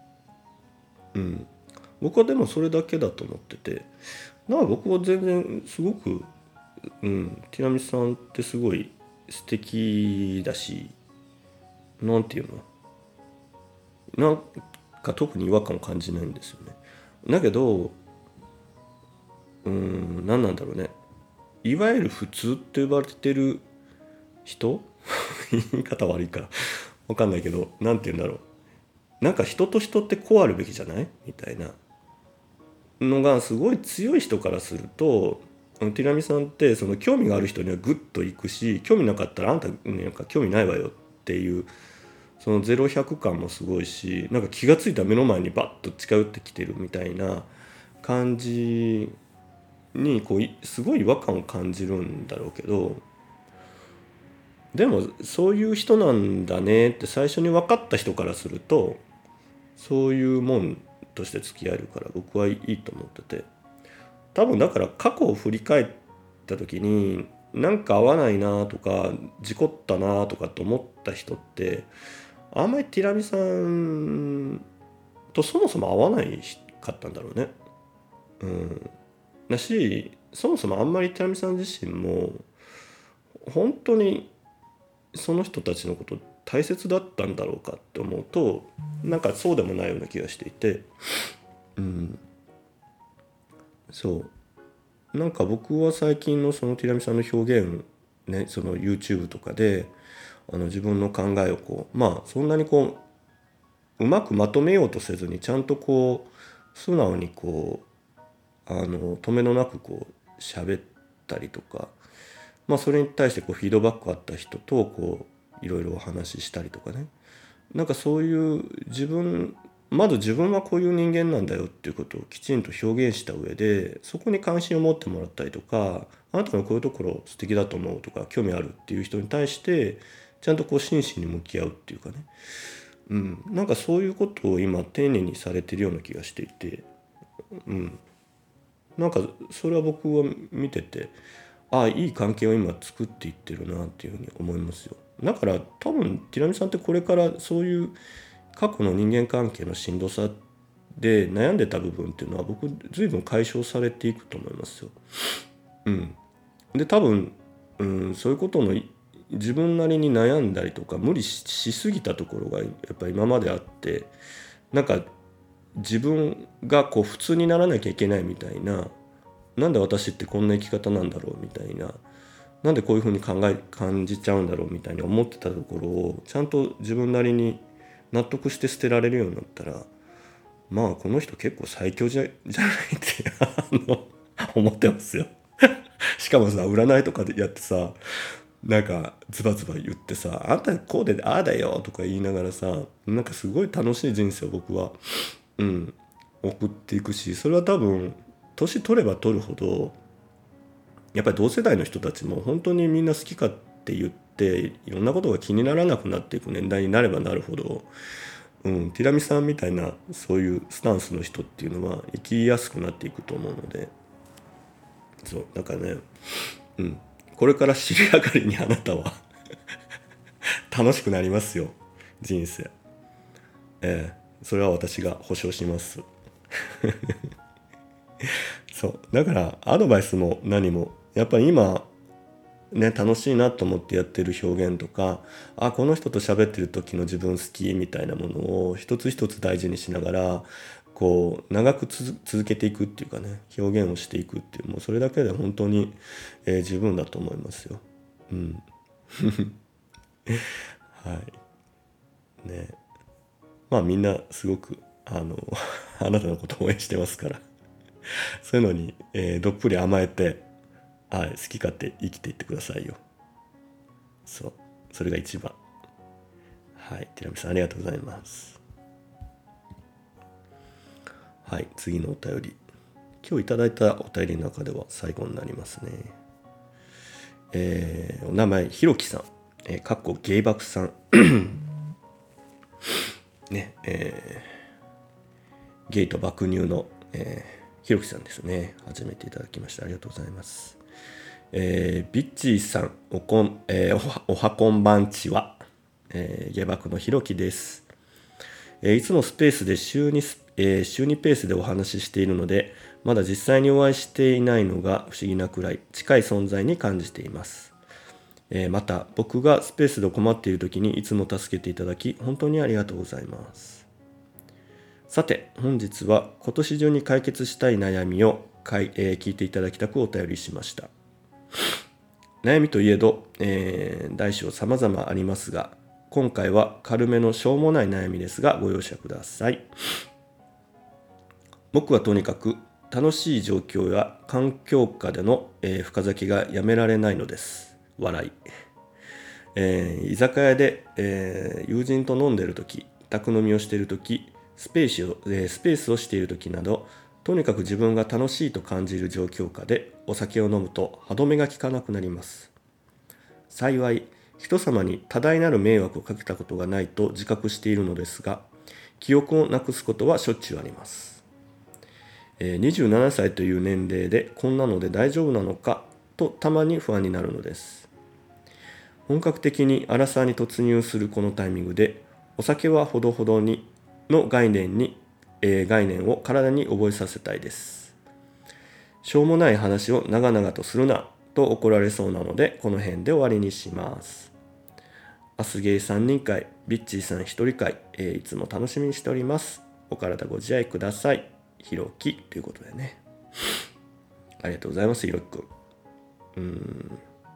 S2: 僕はでもそれだけだと思ってて、僕は全然すごく、ティラミさんってすごい素敵だし、なんていうの、なんか特に違和感を感じないんですよね。だけど何なんだろうね、いわゆる普通って呼ばれてる人言い方悪いから分かんないけど、なんて言うんだろう、なんか人と人ってこうあるべきじゃないみたいなのがすごい強い人からすると、ティラミさんってその興味がある人にはグッといくし、興味なかったらあんたなんか興味ないわよっていう、その0-100感もすごいし、なんか気がついたら目の前にバッと近寄ってきてるみたいな感じにこうすごい違和感を感じるんだろうけど、でもそういう人なんだねって最初に分かった人からすると、そういうもんとして付き合えるから僕はいいと思ってて、多分だから過去を振り返った時になんか合わないなとか事故ったなとかと思った人って、 あんまりティラミさんとそもそも合わないかったんだろうね。だし、そもそもあんまりティラミさん自身も本当にその人たちのこと大切だったんだろうかって思うと、なんかそうでもないような気がしていて、そうなんか僕は最近のそのティラミさんの表現ね、その YouTube とかで自分の考えをそんなにうまくまとめようとせずに、ちゃんと素直に止めのなく喋ったりとか、それに対してフィードバックあった人といろいろお話ししたりとかね、なんかそういうまず自分はこういう人間なんだよっていうことをきちんと表現した上で、そこに関心を持ってもらったりとか、あなたのこういうところ素敵だと思うとか興味あるっていう人に対してちゃんと真摯に向き合うっていうかね、なんかそういうことを今丁寧にされてるような気がしていて、なんかそれは僕は見てて、いい関係を今作っていってるなっていうふうに思いますよ。だから多分ティラミさんってこれからそういう過去の人間関係のしんどさで悩んでた部分っていうのは僕随分解消されていくと思いますよ。で多分、そういうことの自分なりに悩んだりとか無理しすぎたところがやっぱり今まであって、なんか自分が普通にならなきゃいけないみたいな、なんで私ってこんな生き方なんだろうみたいな、なんでこういうふうに感じちゃうんだろうみたいに思ってたところをちゃんと自分なりに納得して捨てられるようになったら、この人結構最強じゃないって思ってますよ。しかもさ、占いとかでやってさ、なんかズバズバ言ってさ、あんたこうでああだよとか言いながらさ、なんかすごい楽しい人生を僕は送っていくし、それは多分年取れば取るほどやっぱり同世代の人たちも本当にみんな好きかって言っていろんなことが気にならなくなっていく年代になればなるほど、ティラミさんみたいなそういうスタンスの人っていうのは生きやすくなっていくと思うので、そうなんかね、これから尻上がりにあなたは楽しくなりますよ、人生。それは私が保証します。そうだからアドバイスも何もやっぱり今ね、楽しいなと思ってやってる表現とか、この人と喋ってる時の自分好きみたいなものを一つ一つ大事にしながら長く続けていくっていうかね、表現をしていくっていう、もうそれだけで本当に、十分だと思いますよ。はいね。みんなすごくあなたのことを応援してますからそういうのに、どっぷり甘えて、好き勝手生きていってくださいよ。それが一番。ティラミさんありがとうございます。次のお便り、今日いただいたお便りの中では最後になりますね。お名前ひろきさん、かっこゲイバクさんね、ゲイと爆乳の、ひろきさんですね。初めていただきました。ありがとうございます。ビッチーさんおはこんばんちは、ゲバクのひろきです。いつもスペースで週2ペースでお話ししているので、まだ実際にお会いしていないのが不思議なくらい近い存在に感じています。また僕がスペースで困っている時にいつも助けていただき本当にありがとうございます。さて本日は今年中に解決したい悩みを聞いていただきたくお便りしました。悩みといえど、大小様々ありますが、今回は軽めのしょうもない悩みですがご容赦ください。僕はとにかく楽しい状況や環境下での、深酒がやめられないのです。笑い。居酒屋で、友人と飲んでいるとき、宅飲みをしているとき、スペースをしているときなど、とにかく自分が楽しいと感じる状況下でお酒を飲むと歯止めが効かなくなります。幸い人様に多大なる迷惑をかけたことがないと自覚しているのですが、記憶をなくすことはしょっちゅうあります。27歳という年齢でこんなので大丈夫なのかとたまに不安になるのです。本格的にアラサーに突入するこのタイミングでお酒はほどほどにの概念を体に覚えさせたいです。しょうもない話を長々とするなと怒られそうなので、この辺で終わりにします。アスゲイ3人会、ビッチーさん1人会、いつも楽しみにしております。お体ご自愛ください。ひろきということでね。ありがとうございます、ひろきくん。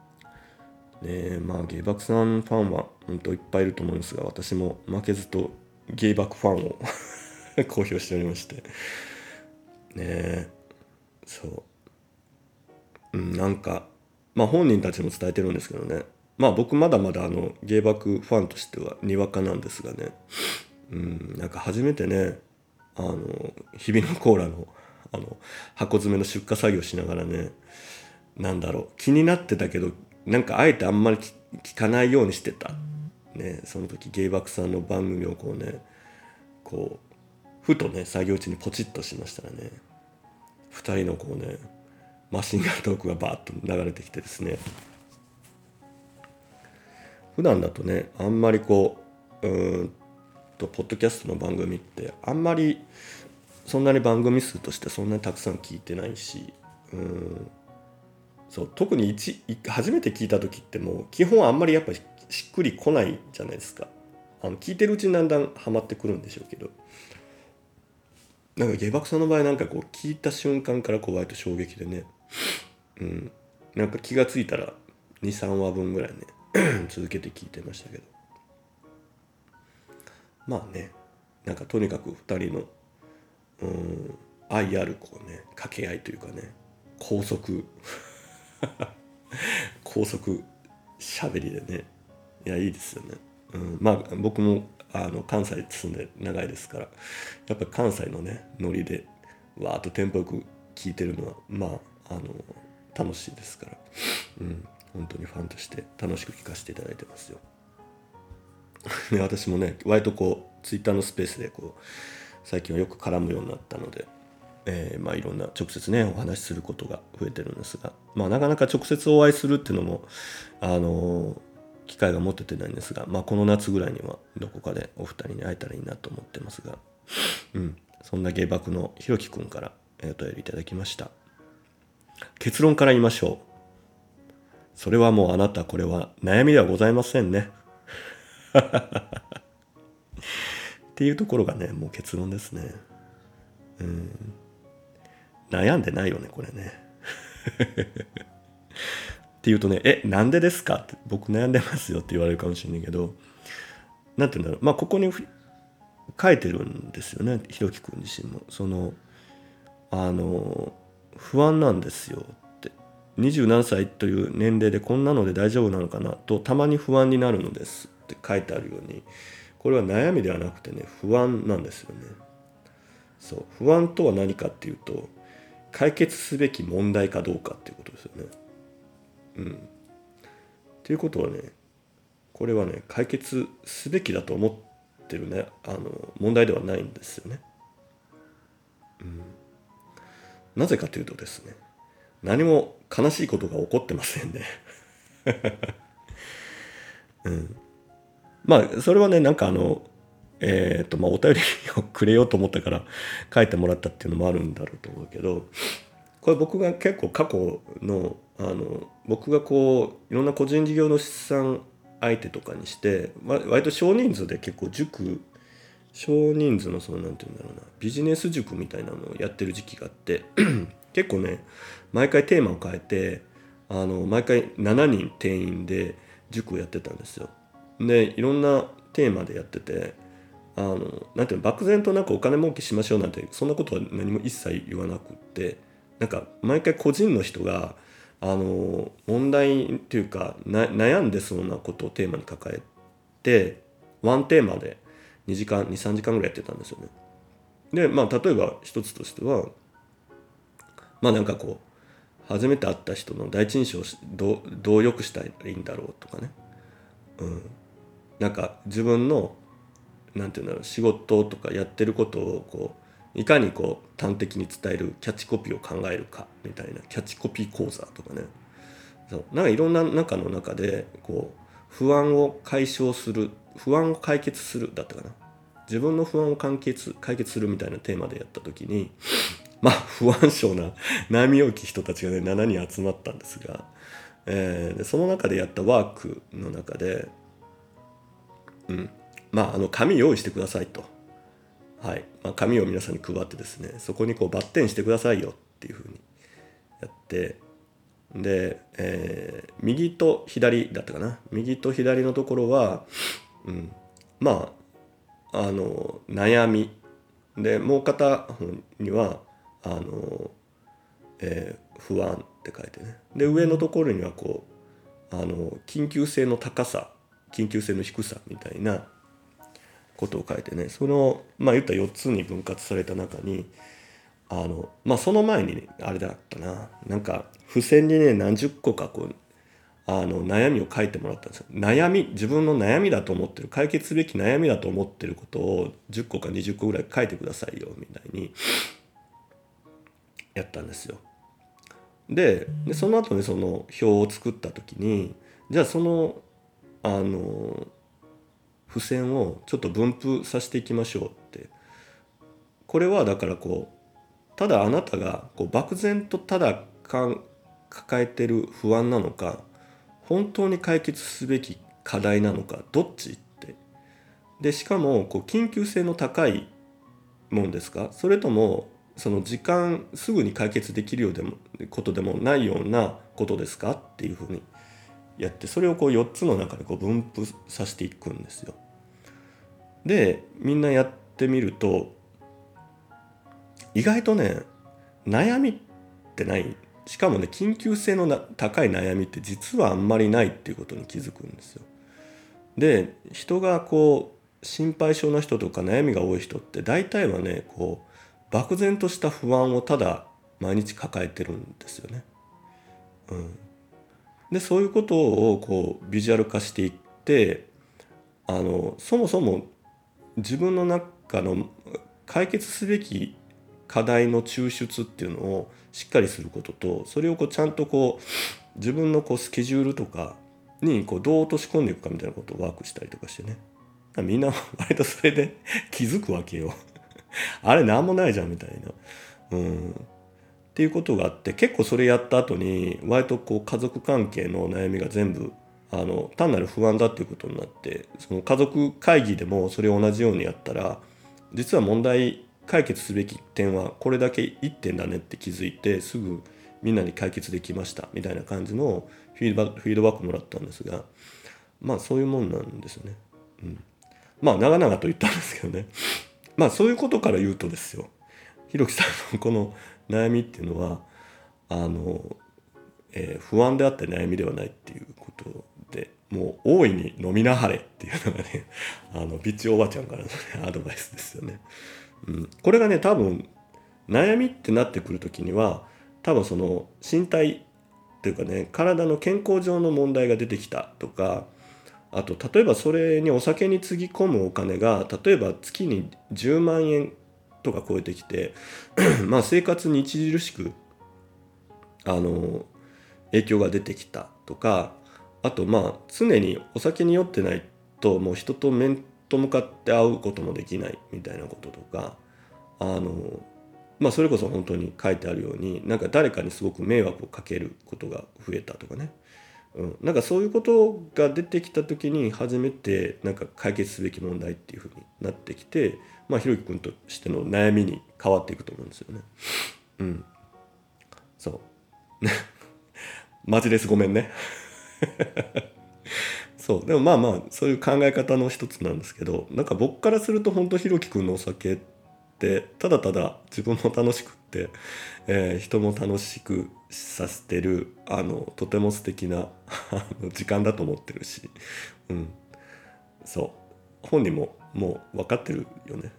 S2: ゲイバクさんファンは本当いっぱいいると思うんですが、私も負けずとゲイバクファンを公表しておりましてなんか本人たちも伝えてるんですけどね、僕まだまだゲイバクファンとしてはにわかなんですがね、なんか初めてね日々のコーラの箱詰めの出荷作業しながらね、気になってたけどなんかあえてあんまり聞かないようにしてたね。その時ゲイバクさんの番組をふとね作業中にポチッとしましたらね、2人のマシンガントークがバーッと流れてきてですね、普段だとねあんまりポッドキャストの番組ってあんまりそんなに番組数としてそんなにたくさん聞いてないし、特に初めて聞いた時ってもう基本あんまりやっぱりしっくりこないじゃないですか。聞いてるうちにだんだんハマってくるんでしょうけど、なんかゲバクさんの場合聞いた瞬間から割と衝撃でね、なんか気がついたら 2,3 話分ぐらいね続けて聞いてましたけど、なんかとにかく2人の愛ある掛け合いというかね、高速喋りでね、いやいいですよね。僕も関西住んで長いですから、やっぱり関西のねノリでわーっとテンポよく聞いてるのは楽しいですから、本当にファンとして楽しく聞かせていただいてますよ。で私もね割とツイッターのスペースで最近はよく絡むようになったので、いろんな直接ねお話しすることが増えてるんですが、なかなか直接お会いするっていうのも機会が持ててないんですが、この夏ぐらいにはどこかでお二人に会えたらいいなと思ってますが、そんなゲイバクのひろきくんからお便りいただきました。結論から言いましょう。それはもうあなたこれは悩みではございませんねっていうところがねもう結論ですね。悩んでないよねこれねって言うとね、なんでですかって、僕悩んでますよって言われるかもしれないけど、なんて言うんだろう、ここに書いてるんですよね、ひろきくん自身も。不安なんですよって、20何歳という年齢でこんなので大丈夫なのかなとたまに不安になるのですって書いてあるように、これは悩みではなくてね不安なんですよね。不安とは何かっていうと、解決すべき問題かどうかっていうことですよね。っていうことはね、これはね解決すべきだと思ってるね問題ではないんですよね。なぜかというとですね、何も悲しいことが起こってませんねそれはねお便りをくれようと思ったから書いてもらったっていうのもあるんだろうと思うけど、これ僕が結構過去の僕がいろんな個人事業の資産相手とかにして、割と少人数で結構少人数のなんていうんだろうな、ビジネス塾みたいなのをやってる時期があって結構ね毎回テーマを変えて毎回7人定員で塾をやってたんですよ。でいろんなテーマでやってて、なんていうの、漠然となんかお金儲けしましょうなんてそんなことは何も一切言わなくって、なんか毎回個人の人が問題っていうか悩んでそうなことをテーマに抱えてワンテーマで2時間23時間ぐらいやってたんですよね。で例えば一つとしては初めて会った人の第一印象をどう良くしたらいいんだろうとかね、なんか自分のなんていうんだろう、仕事とかやってることをいかに端的に伝えるキャッチコピーを考えるかみたいなキャッチコピー講座とかね、なんかいろんな中の中で不安を解消する不安を解決するだったかな、自分の不安を解決するみたいなテーマでやった時に、不安症な悩み多き人たちがね7人集まったんですが、でその中でやったワークの中で、紙用意してくださいと、紙を皆さんに配ってですね、そこにこうバッテンしてくださいよっていうふうにやって、で、右と左だったかな、右と左のところは、悩みで、もう片方には不安って書いてね、で上のところにはこう緊急性の高さ、緊急性の低さみたいなことを書いてね、その言った4つに分割された中にその前にねあれだったな、なんか付箋にね何十個かこう悩みを書いてもらったんですよ。自分の悩みだと思ってる、解決すべき悩みだと思ってることを10個か20個ぐらい書いてくださいよみたいにやったんですよ。でその後にその表を作った時に、じゃあその付箋をちょっと分布させていきましょうって。これはだからこうただあなたがこう漠然とただ抱えてる不安なのか、本当に解決すべき課題なのか、どっちって。でしかもこう緊急性の高いもんですか、それともその時間すぐに解決できるようでもことでもないようなことですかっていうふうにやって、それをこう4つの中でこう分布させていくんですよ。でみんなやってみると意外とね悩みってない、しかもね緊急性の高い悩みって実はあんまりないっていうことに気づくんですよ。で人がこう心配性の人とか悩みが多い人って大体はねこう漠然とした不安をただ毎日抱えてるんですよね。でそういうことをこうビジュアル化していって、そもそも自分の中の解決すべき課題の抽出っていうのをしっかりすることと、それをこうちゃんとこう自分のこうスケジュールとかにこうどう落とし込んでいくかみたいなことをワークしたりとかしてね、みんな割とそれで気づくわけよあれなんもないじゃんみたいな、っていうことがあって、結構それやった後に割とこう家族関係の悩みが全部単なる不安だっていうことになって、その家族会議でもそれを同じようにやったら、実は問題解決すべき点はこれだけ1点だねって気づいて、すぐみんなに解決できましたみたいな感じのフィードバックもらったんですが、そういうもんなんですよね。長々と言ったんですけどねそういうことから言うとですよ、ひろきさんのこの悩みっていうのは不安であって悩みではないっていうことで、もう大いに飲みなはれっていうのがねビッチおばちゃんからの、ね、アドバイスですよね。これがね多分悩みってなってくる時には、多分その身体というかね体の健康上の問題が出てきたとか、あと例えばそれにお酒につぎ込むお金が例えば月に10万円とか超えてきて生活に著しく影響が出てきたとか、あと常にお酒に酔ってないともう人と面と向かって会うこともできないみたいなこととか、それこそ本当に書いてあるようになんか誰かにすごく迷惑をかけることが増えたとかね、なんかそういうことが出てきた時に初めてなんか解決すべき問題っていうふうになってきて、ひろきくんとしての悩みに変わっていくと思うんですよね。そうマジです、ごめんねそうでもそういう考え方の一つなんですけど、なんか僕からすると本当ひろきくんのお酒ってただただ自分も楽しくって、人も楽しくさせてるとても素敵な時間だと思ってるし、そう本人ももう分かってるよね。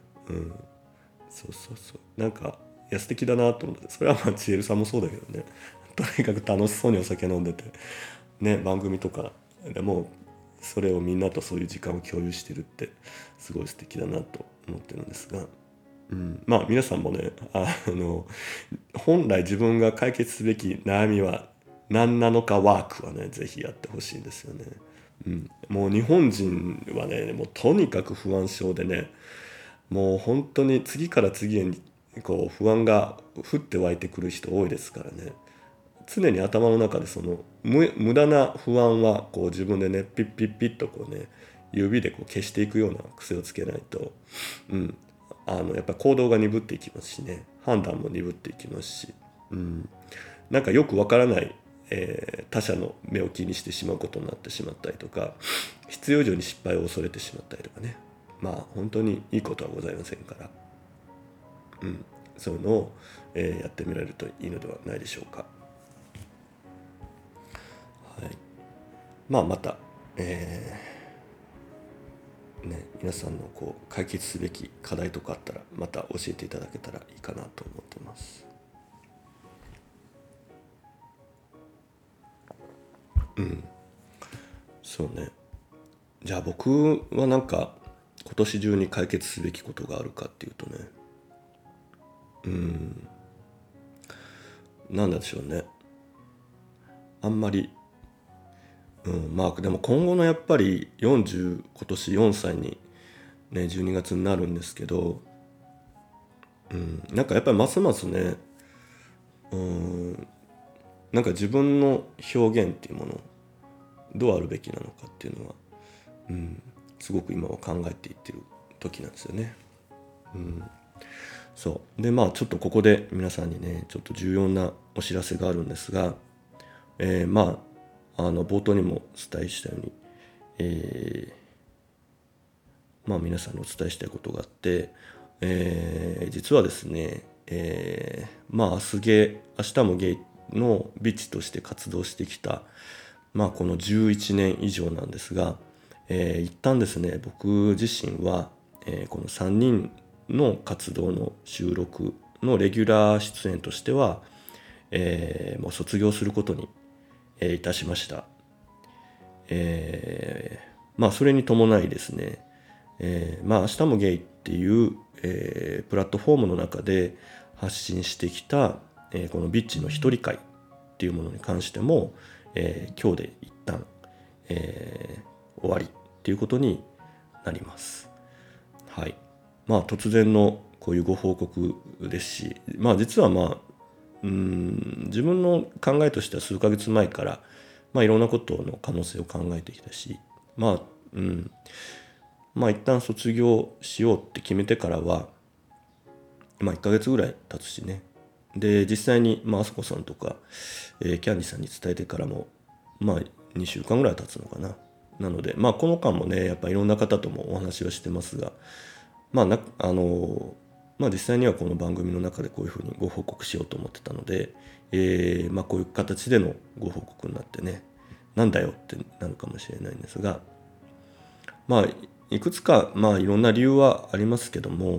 S2: そうなんか素敵だなと思って、それはちえるさんもそうだけどね、とにかく楽しそうにお酒飲んでてね、番組とかでもそれをみんなとそういう時間を共有してるってすごい素敵だなと思ってるんですが、皆さんもね本来自分が解決すべき悩みは何なのかワークはねぜひやってほしいんですよね。 もう日本人はね、もうとにかく不安症でね、もう本当に次から次へにこう不安が降って湧いてくる人多いですからね。常に頭の中でその無駄な不安はこう自分でねピッピッピッとこうね指でこう消していくような癖をつけないと、やっぱり行動が鈍っていきますしね、判断も鈍っていきますし、なんかよくわからない、他者の目を気にしてしまうことになってしまったりとか、必要以上に失敗を恐れてしまったりとかね、本当にいいことはございませんから、そういうのを、やってみられるといいのではないでしょうか。はい、また、皆さんのこう解決すべき課題とかあったらまた教えていただけたらいいかなと思ってます。そうね。じゃあ僕はなんか今年中に解決すべきことがあるかっていうとね、なんでしょうね。あんまり、でも今後のやっぱり今年4歳にね12月になるんですけど、なんかやっぱりますますね、なんか自分の表現っていうものどうあるべきなのかっていうのは、すごく今は考えていってる時なんですよね。そうでちょっとここで皆さんにねちょっと重要なお知らせがあるんですが、冒頭にもお伝えしたように、皆さんにお伝えしたいことがあって、実はですね、明日もゲイのビッチとして活動してきた、この11年以上なんですが、一旦ですね僕自身は、この3人の活動の収録のレギュラー出演としては、もう卒業することに、いたしました。それに伴いですね、明日もゲイっていう、プラットフォームの中で発信してきた、このビッチの一人会っていうものに関しても、今日で一旦、終わりっていうことになります。はい。突然のこういうご報告ですし、実は自分の考えとしては数ヶ月前からいろんなことの可能性を考えてきたし、一旦卒業しようって決めてからは1ヶ月ぐらい経つしね。で実際にあそこさんとか、キャンディさんに伝えてからも2週間ぐらい経つのかな。なのでこの間もねやっぱいろんな方ともお話はしてますが、実際にはこの番組の中でこういうふうにご報告しようと思ってたので、こういう形でのご報告になってね、なんだよってなるかもしれないんですが、いくつかいろんな理由はありますけども、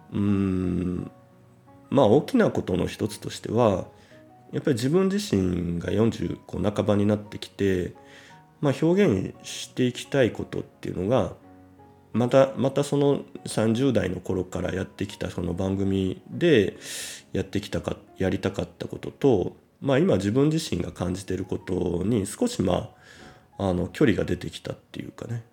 S2: 大きなことの一つとしてはやっぱり自分自身が40半ばになってきて、表現していきたいことっていうのがまたその30代の頃からやってきたその番組でやりたかったことと、今自分自身が感じていることに少し距離が出てきたっていうかね、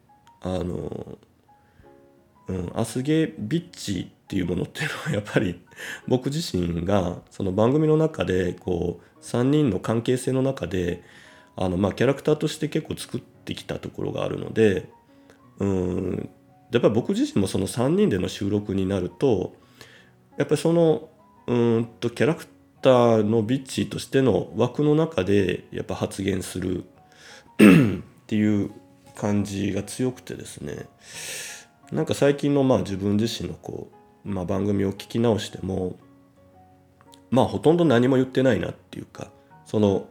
S2: アスゲービッチっていうものっていうのはやっぱり僕自身がその番組の中でこう3人の関係性の中でキャラクターとして結構作ってきたところがあるので、やっぱり僕自身もその3人での収録になるとやっぱりそのキャラクターのビッチとしての枠の中でやっぱ発言するっていう感じが強くてですね、なんか最近の自分自身の番組を聞き直してもほとんど何も言ってないなっていうか、その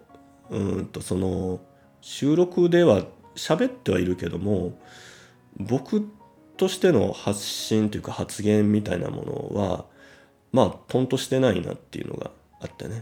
S2: 収録では喋ってはいるけども僕としての発信というか発言みたいなものはトンとしてないなっていうのがあってね、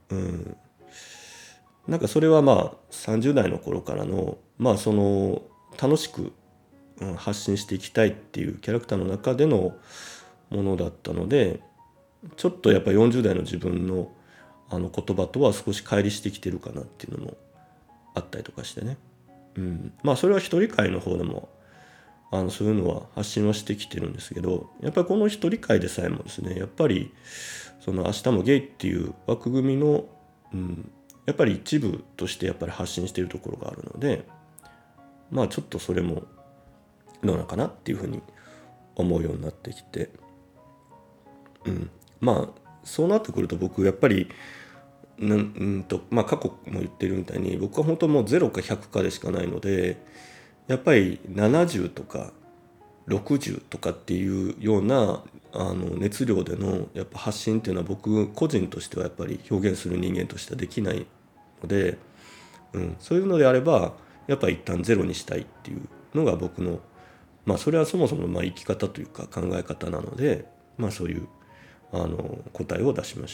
S2: なんかそれは30代の頃からのその楽しく発信していきたいっていうキャラクターの中でのものだったので、ちょっとやっぱり40代の自分の言葉とは少し乖離してきてるかなっていうのもあったりとかしてね。 それは一人会の方でもそういうのは発信はしてきてるんですけど、やっぱりこの一人会でさえもですね、やっぱりその明日もゲイっていう枠組みの、やっぱり一部としてやっぱり発信しているところがあるので、ちょっとそれもどうなのかなっていうふうに思うようになってきて、そうなってくると僕やっぱり過去も言ってるみたいに僕は本当もう0か100かでしかないので、やっぱり70とか60とかっていうような熱量でのやっぱ発信っていうのは僕個人としてはやっぱり表現する人間としてはできないので、そういうのであればやっぱり一旦ゼロにしたいっていうのが僕のそれはそもそも生き方というか考え方なので、そういう答えを出しました。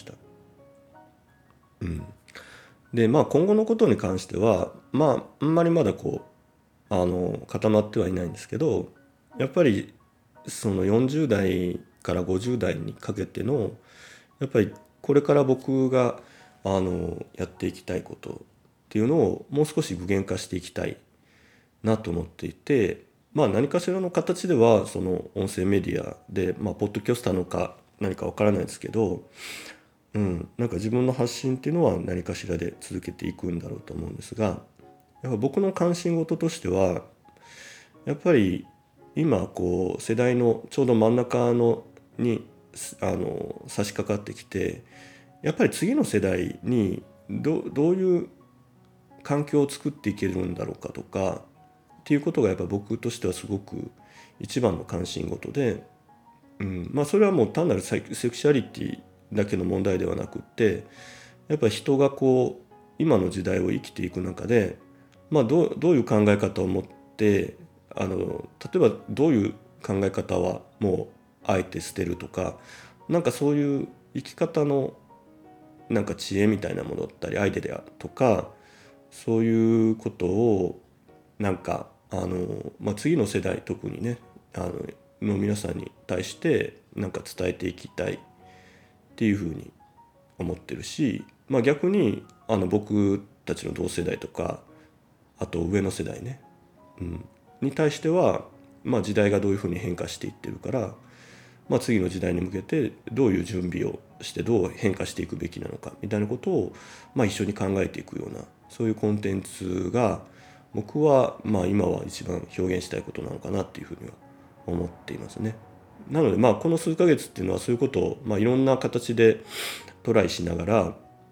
S2: で今後のことに関してはあんまりまだ固まってはいないんですけど、やっぱりその40代から50代にかけてのやっぱりこれから僕がやっていきたいことっていうのをもう少し具現化していきたいなと思っていて、何かしらの形ではその音声メディアでポッドキャスターのか何かわからないですけど、なんか自分の発信っていうのは何かしらで続けていくんだろうと思うんですが、やっぱ僕の関心事としてはやっぱり今世代のちょうど真ん中に差し掛かってきて、やっぱり次の世代にどういう環境を作っていけるんだろうかとかっていうことがやっぱ僕としてはすごく一番の関心事で、それはもう単なるセクシャリティだけの問題ではなくって、やっぱり人が今の時代を生きていく中で、どういう考え方を持って例えばどういう考え方はもうあえて捨てるとか、なんかそういう生き方のなんか知恵みたいなものだったりアイデアとか、そういうことをなんか次の世代特にねの皆さんに対してなんか伝えていきたいっていうふうに思ってるし、逆に僕たちの同世代とかあと上の世代ね、に対しては、時代がどういうふうに変化していってるから、次の時代に向けてどういう準備をしてどう変化していくべきなのかみたいなことを、一緒に考えていくようなそういうコンテンツが僕は今は一番表現したいことなのかなっていうふうには思っていますね。なのでこの数ヶ月っていうのはそういうことを、いろんな形でトライしながら、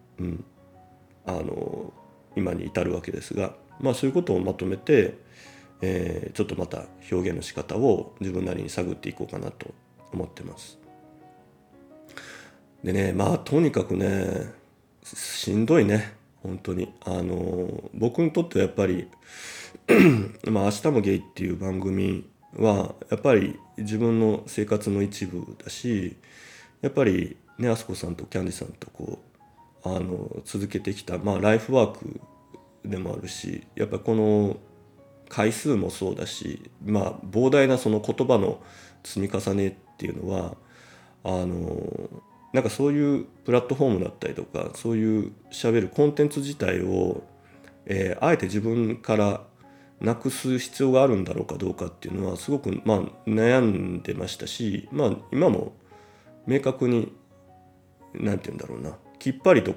S2: 今に至るわけですが、そういうことをまとめて、ちょっとまた表現の仕方を自分なりに探っていこうかなと思ってます。でね、とにかくねしんどいね本当に。僕にとってはやっぱり明日もゲイっていう番組はやっぱり自分の生活の一部だし、やっぱりねあすこさんとキャンディさんと続けてきたライフワークでもあるし、やっぱこの回数もそうだし、膨大なその言葉の積み重ねっていうのはなんかそういうプラットフォームだったりとかそういう喋るコンテンツ自体を、あえて自分からなくす必要があるんだろうかどうかっていうのはすごく悩んでましたし、今も明確になんて言うんだろうな、きっぱりと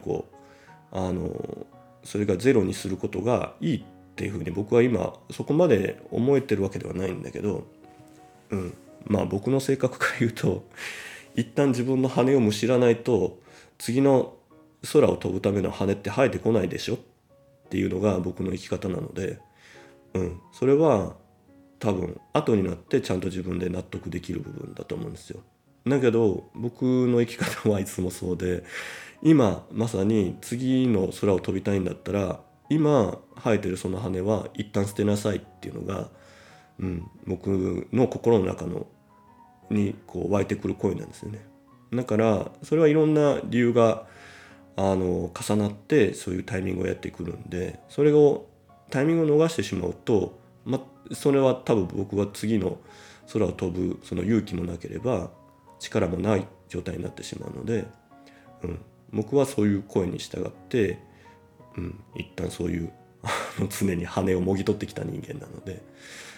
S2: それがゼロにすることがいいっていうふうに僕は今そこまで思えてるわけではないんだけど、僕の性格から言うと一旦自分の羽をむしらないと次の空を飛ぶための羽って生えてこないでしょっていうのが僕の生き方なので、それは多分後になってちゃんと自分で納得できる部分だと思うんですよ。だけど僕の生き方はいつもそうで、今まさに次の空を飛びたいんだったら今生えてるその羽は一旦捨てなさいっていうのが、僕の心の中に湧いてくる声なんですよね。だからそれはいろんな理由が重なってそういうタイミングをやってくるんで、それをタイミングを逃してしまうと、それは多分僕は次の空を飛ぶその勇気もなければ力もない状態になってしまうので、僕はそういう声に従って、一旦そういう常に羽をもぎ取ってきた人間なので、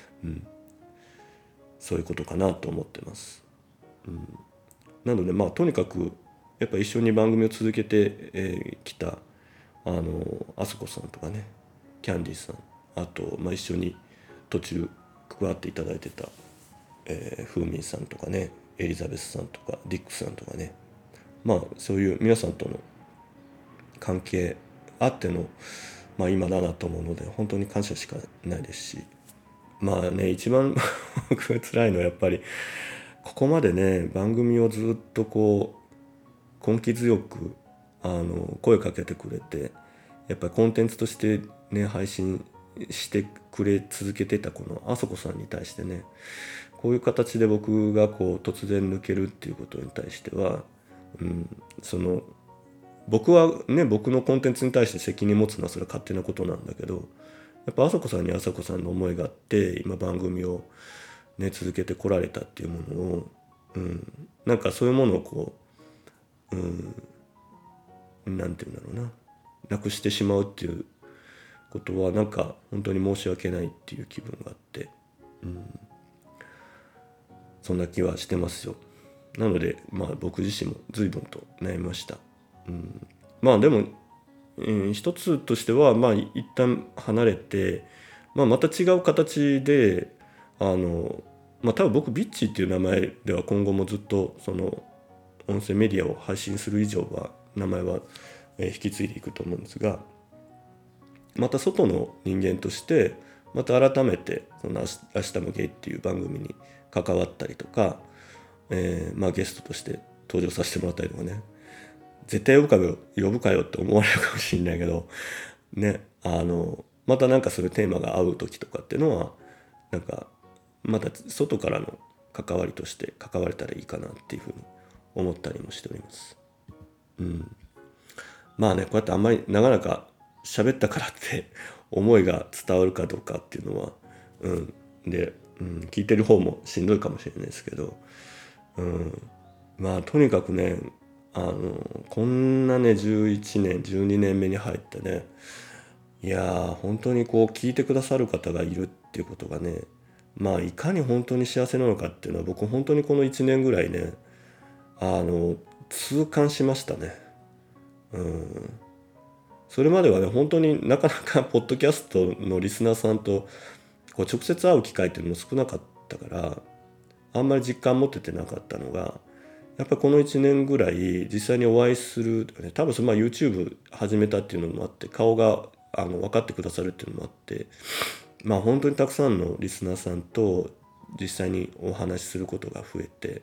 S2: そういうことかなと思ってます。なのでとにかくやっぱ一緒に番組を続けてきたあすこさんとかね、キャンディーさん、あと、一緒に途中加わっていただいてた、ふうみんさんとかね、エリザベスさんとかディックさんとかね、そういう皆さんとの関係あっての、今だなと思うので本当に感謝しかないですし、一番僕が辛いのはやっぱりここまでね番組をずっと根気強く声かけてくれて、やっぱりコンテンツとしてね配信してくれ続けてたこのあそこさんに対してね、こういう形で僕が突然抜けるっていうことに対しては、僕はね僕のコンテンツに対して責任持つのはそれは勝手なことなんだけど、やっぱあさこさんにあさこさんの思いがあって今番組をね続けてこられたっていうものを、なんかそういうものをなんていうんだろうな、なくしてしまうっていうことはなんか本当に申し訳ないっていう気分があって、そんな気はしてますよ。なので僕自身も随分と悩みました。でも、一つとしては一旦離れて、また違う形で多分僕ビッチっていう名前では今後もずっとその音声メディアを配信する以上は名前は引き継いでいくと思うんですが、また外の人間としてまた改めてその明日もゲイっていう番組に関わったりとか、ゲストとして登場させてもらったりとかね、絶対呼ぶかよって思われるかもしれないけどね、またなんかそういうテーマが合う時とかっていうのはなんかまた外からの関わりとして関われたらいいかなっていうふうに思ったりもしております。こうやってあんまり長々喋ったからって思いが伝わるかどうかっていうのは聞いてる方もしんどいかもしれないですけど、とにかくねこんなね11年12年目に入ってね、いやー本当に聞いてくださる方がいるっていうことがね、いかに本当に幸せなのかっていうのは僕本当にこの1年ぐらいね痛感しましたね。それまではね本当になかなかポッドキャストのリスナーさんと直接会う機会っていうのも少なかったからあんまり実感持ててなかったのが、やっぱりこの1年ぐらい実際にお会いする、多分YouTube 始めたっていうのもあって顔が分かってくださるっていうのもあって、本当にたくさんのリスナーさんと実際にお話しすることが増えて、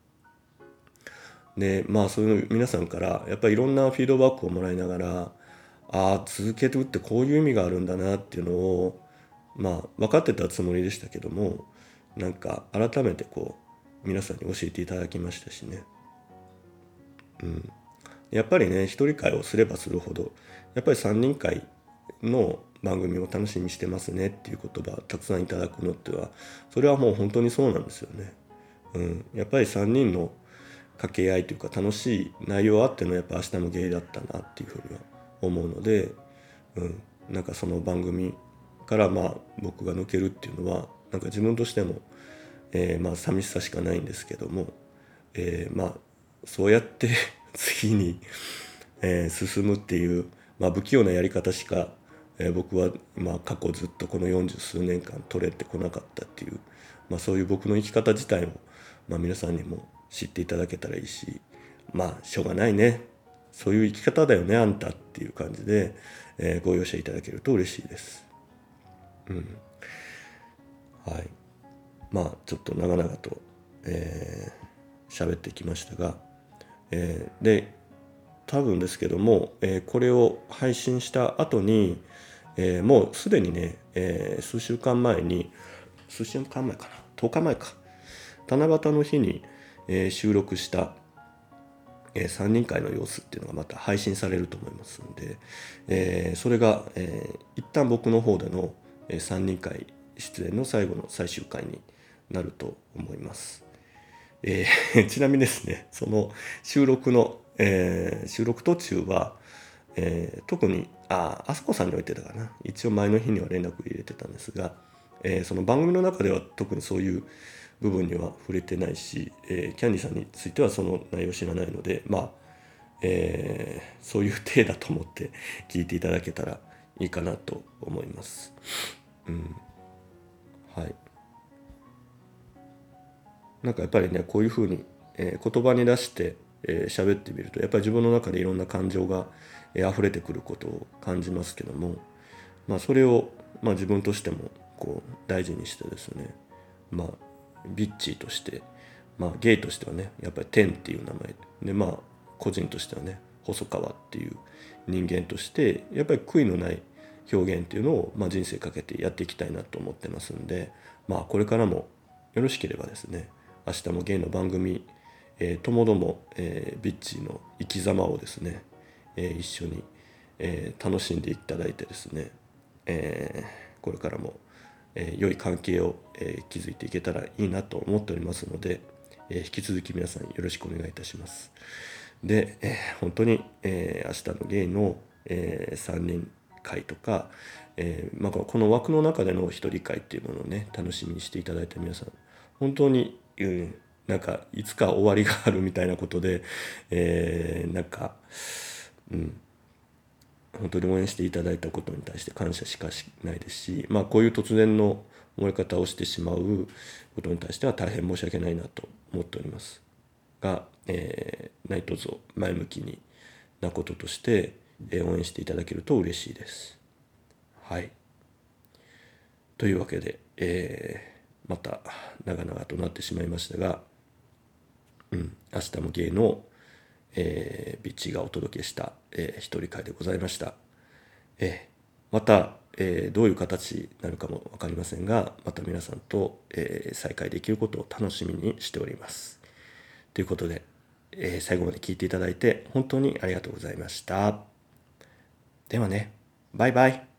S2: でそういう皆さんからやっぱりいろんなフィードバックをもらいながら、続けてるってこういう意味があるんだなっていうのを分かってたつもりでしたけども、なんか改めて皆さんに教えていただきましたしね、やっぱりね一人会をすればするほどやっぱり3人会の番組を楽しみにしてますねっていう言葉たくさんいただくのってはそれはもう本当にそうなんですよね。やっぱり3人の掛け合いというか楽しい内容あってのやっぱ明日もゲイだったなっていうふうには思うので、なんかその番組から僕が抜けるっていうのはなんか自分としても、寂しさしかないんですけども、そうやって次に、進むっていう、不器用なやり方しか、僕は過去ずっとこの40数年間取れてこなかったっていう、そういう僕の生き方自体も、皆さんにも知っていただけたらいいし、しょうがないね、そういう生き方だよねあんたっていう感じで、ご容赦いただけると嬉しいです。はい。ちょっと長々と喋ってきましたが、で多分ですけども、これを配信した後に、もうすでにね、数週間前かな10日前か七夕の日に、収録した3人会の様子っていうのがまた配信されると思いますので、それが、一旦僕の方での3人会出演の最後の最終回になると思います。ちなみにですねその収録途中は、 特にあそこさんにおいてだからな、一応前の日には連絡入れてたんですが、その番組の中では特にそういう部分には触れてないし、キャンディさんについてはその内容を知らないので、そういう体だと思って聞いていただけたらいいかなと思います。はい。なんかやっぱりね、こういうふうに、言葉に出して喋ってみると、やっぱり自分の中でいろんな感情が、溢れてくることを感じますけども、それを、自分としてもこう大事にしてですね、ビッチーとして、ゲイとしてはね、やっぱりテンっていう名前で、個人としてはね、細川っていう人間としてやっぱり悔いのない表現っていうのを、人生かけてやっていきたいなと思ってますんで、これからもよろしければですね、明日もゲイの番組、ともども、ビッチーの生き様をですね、一緒に、楽しんでいただいてですね、これからも、良い関係を、築いていけたらいいなと思っておりますので、引き続き皆さんよろしくお願いいたします。で、本当に、明日のゲイの、3人会とか、この枠の中での一人会っていうものをね、楽しみにしていただいた皆さん、本当に、なんかいつか終わりがあるみたいなことで、本当に応援していただいたことに対して感謝しかないですし、こういう突然の思い方をしてしまうことに対しては大変申し訳ないなと思っておりますが、何卒前向きになこととして、応援していただけると嬉しいです。はい。というわけで、また長々となってしまいましたが、明日も芸の、ビッチがお届けした、一人会でございました。また、どういう形になるかも分かりませんが、また皆さんと、再会できることを楽しみにしております。ということで、最後まで聞いていただいて本当にありがとうございました。ではね、バイバイ。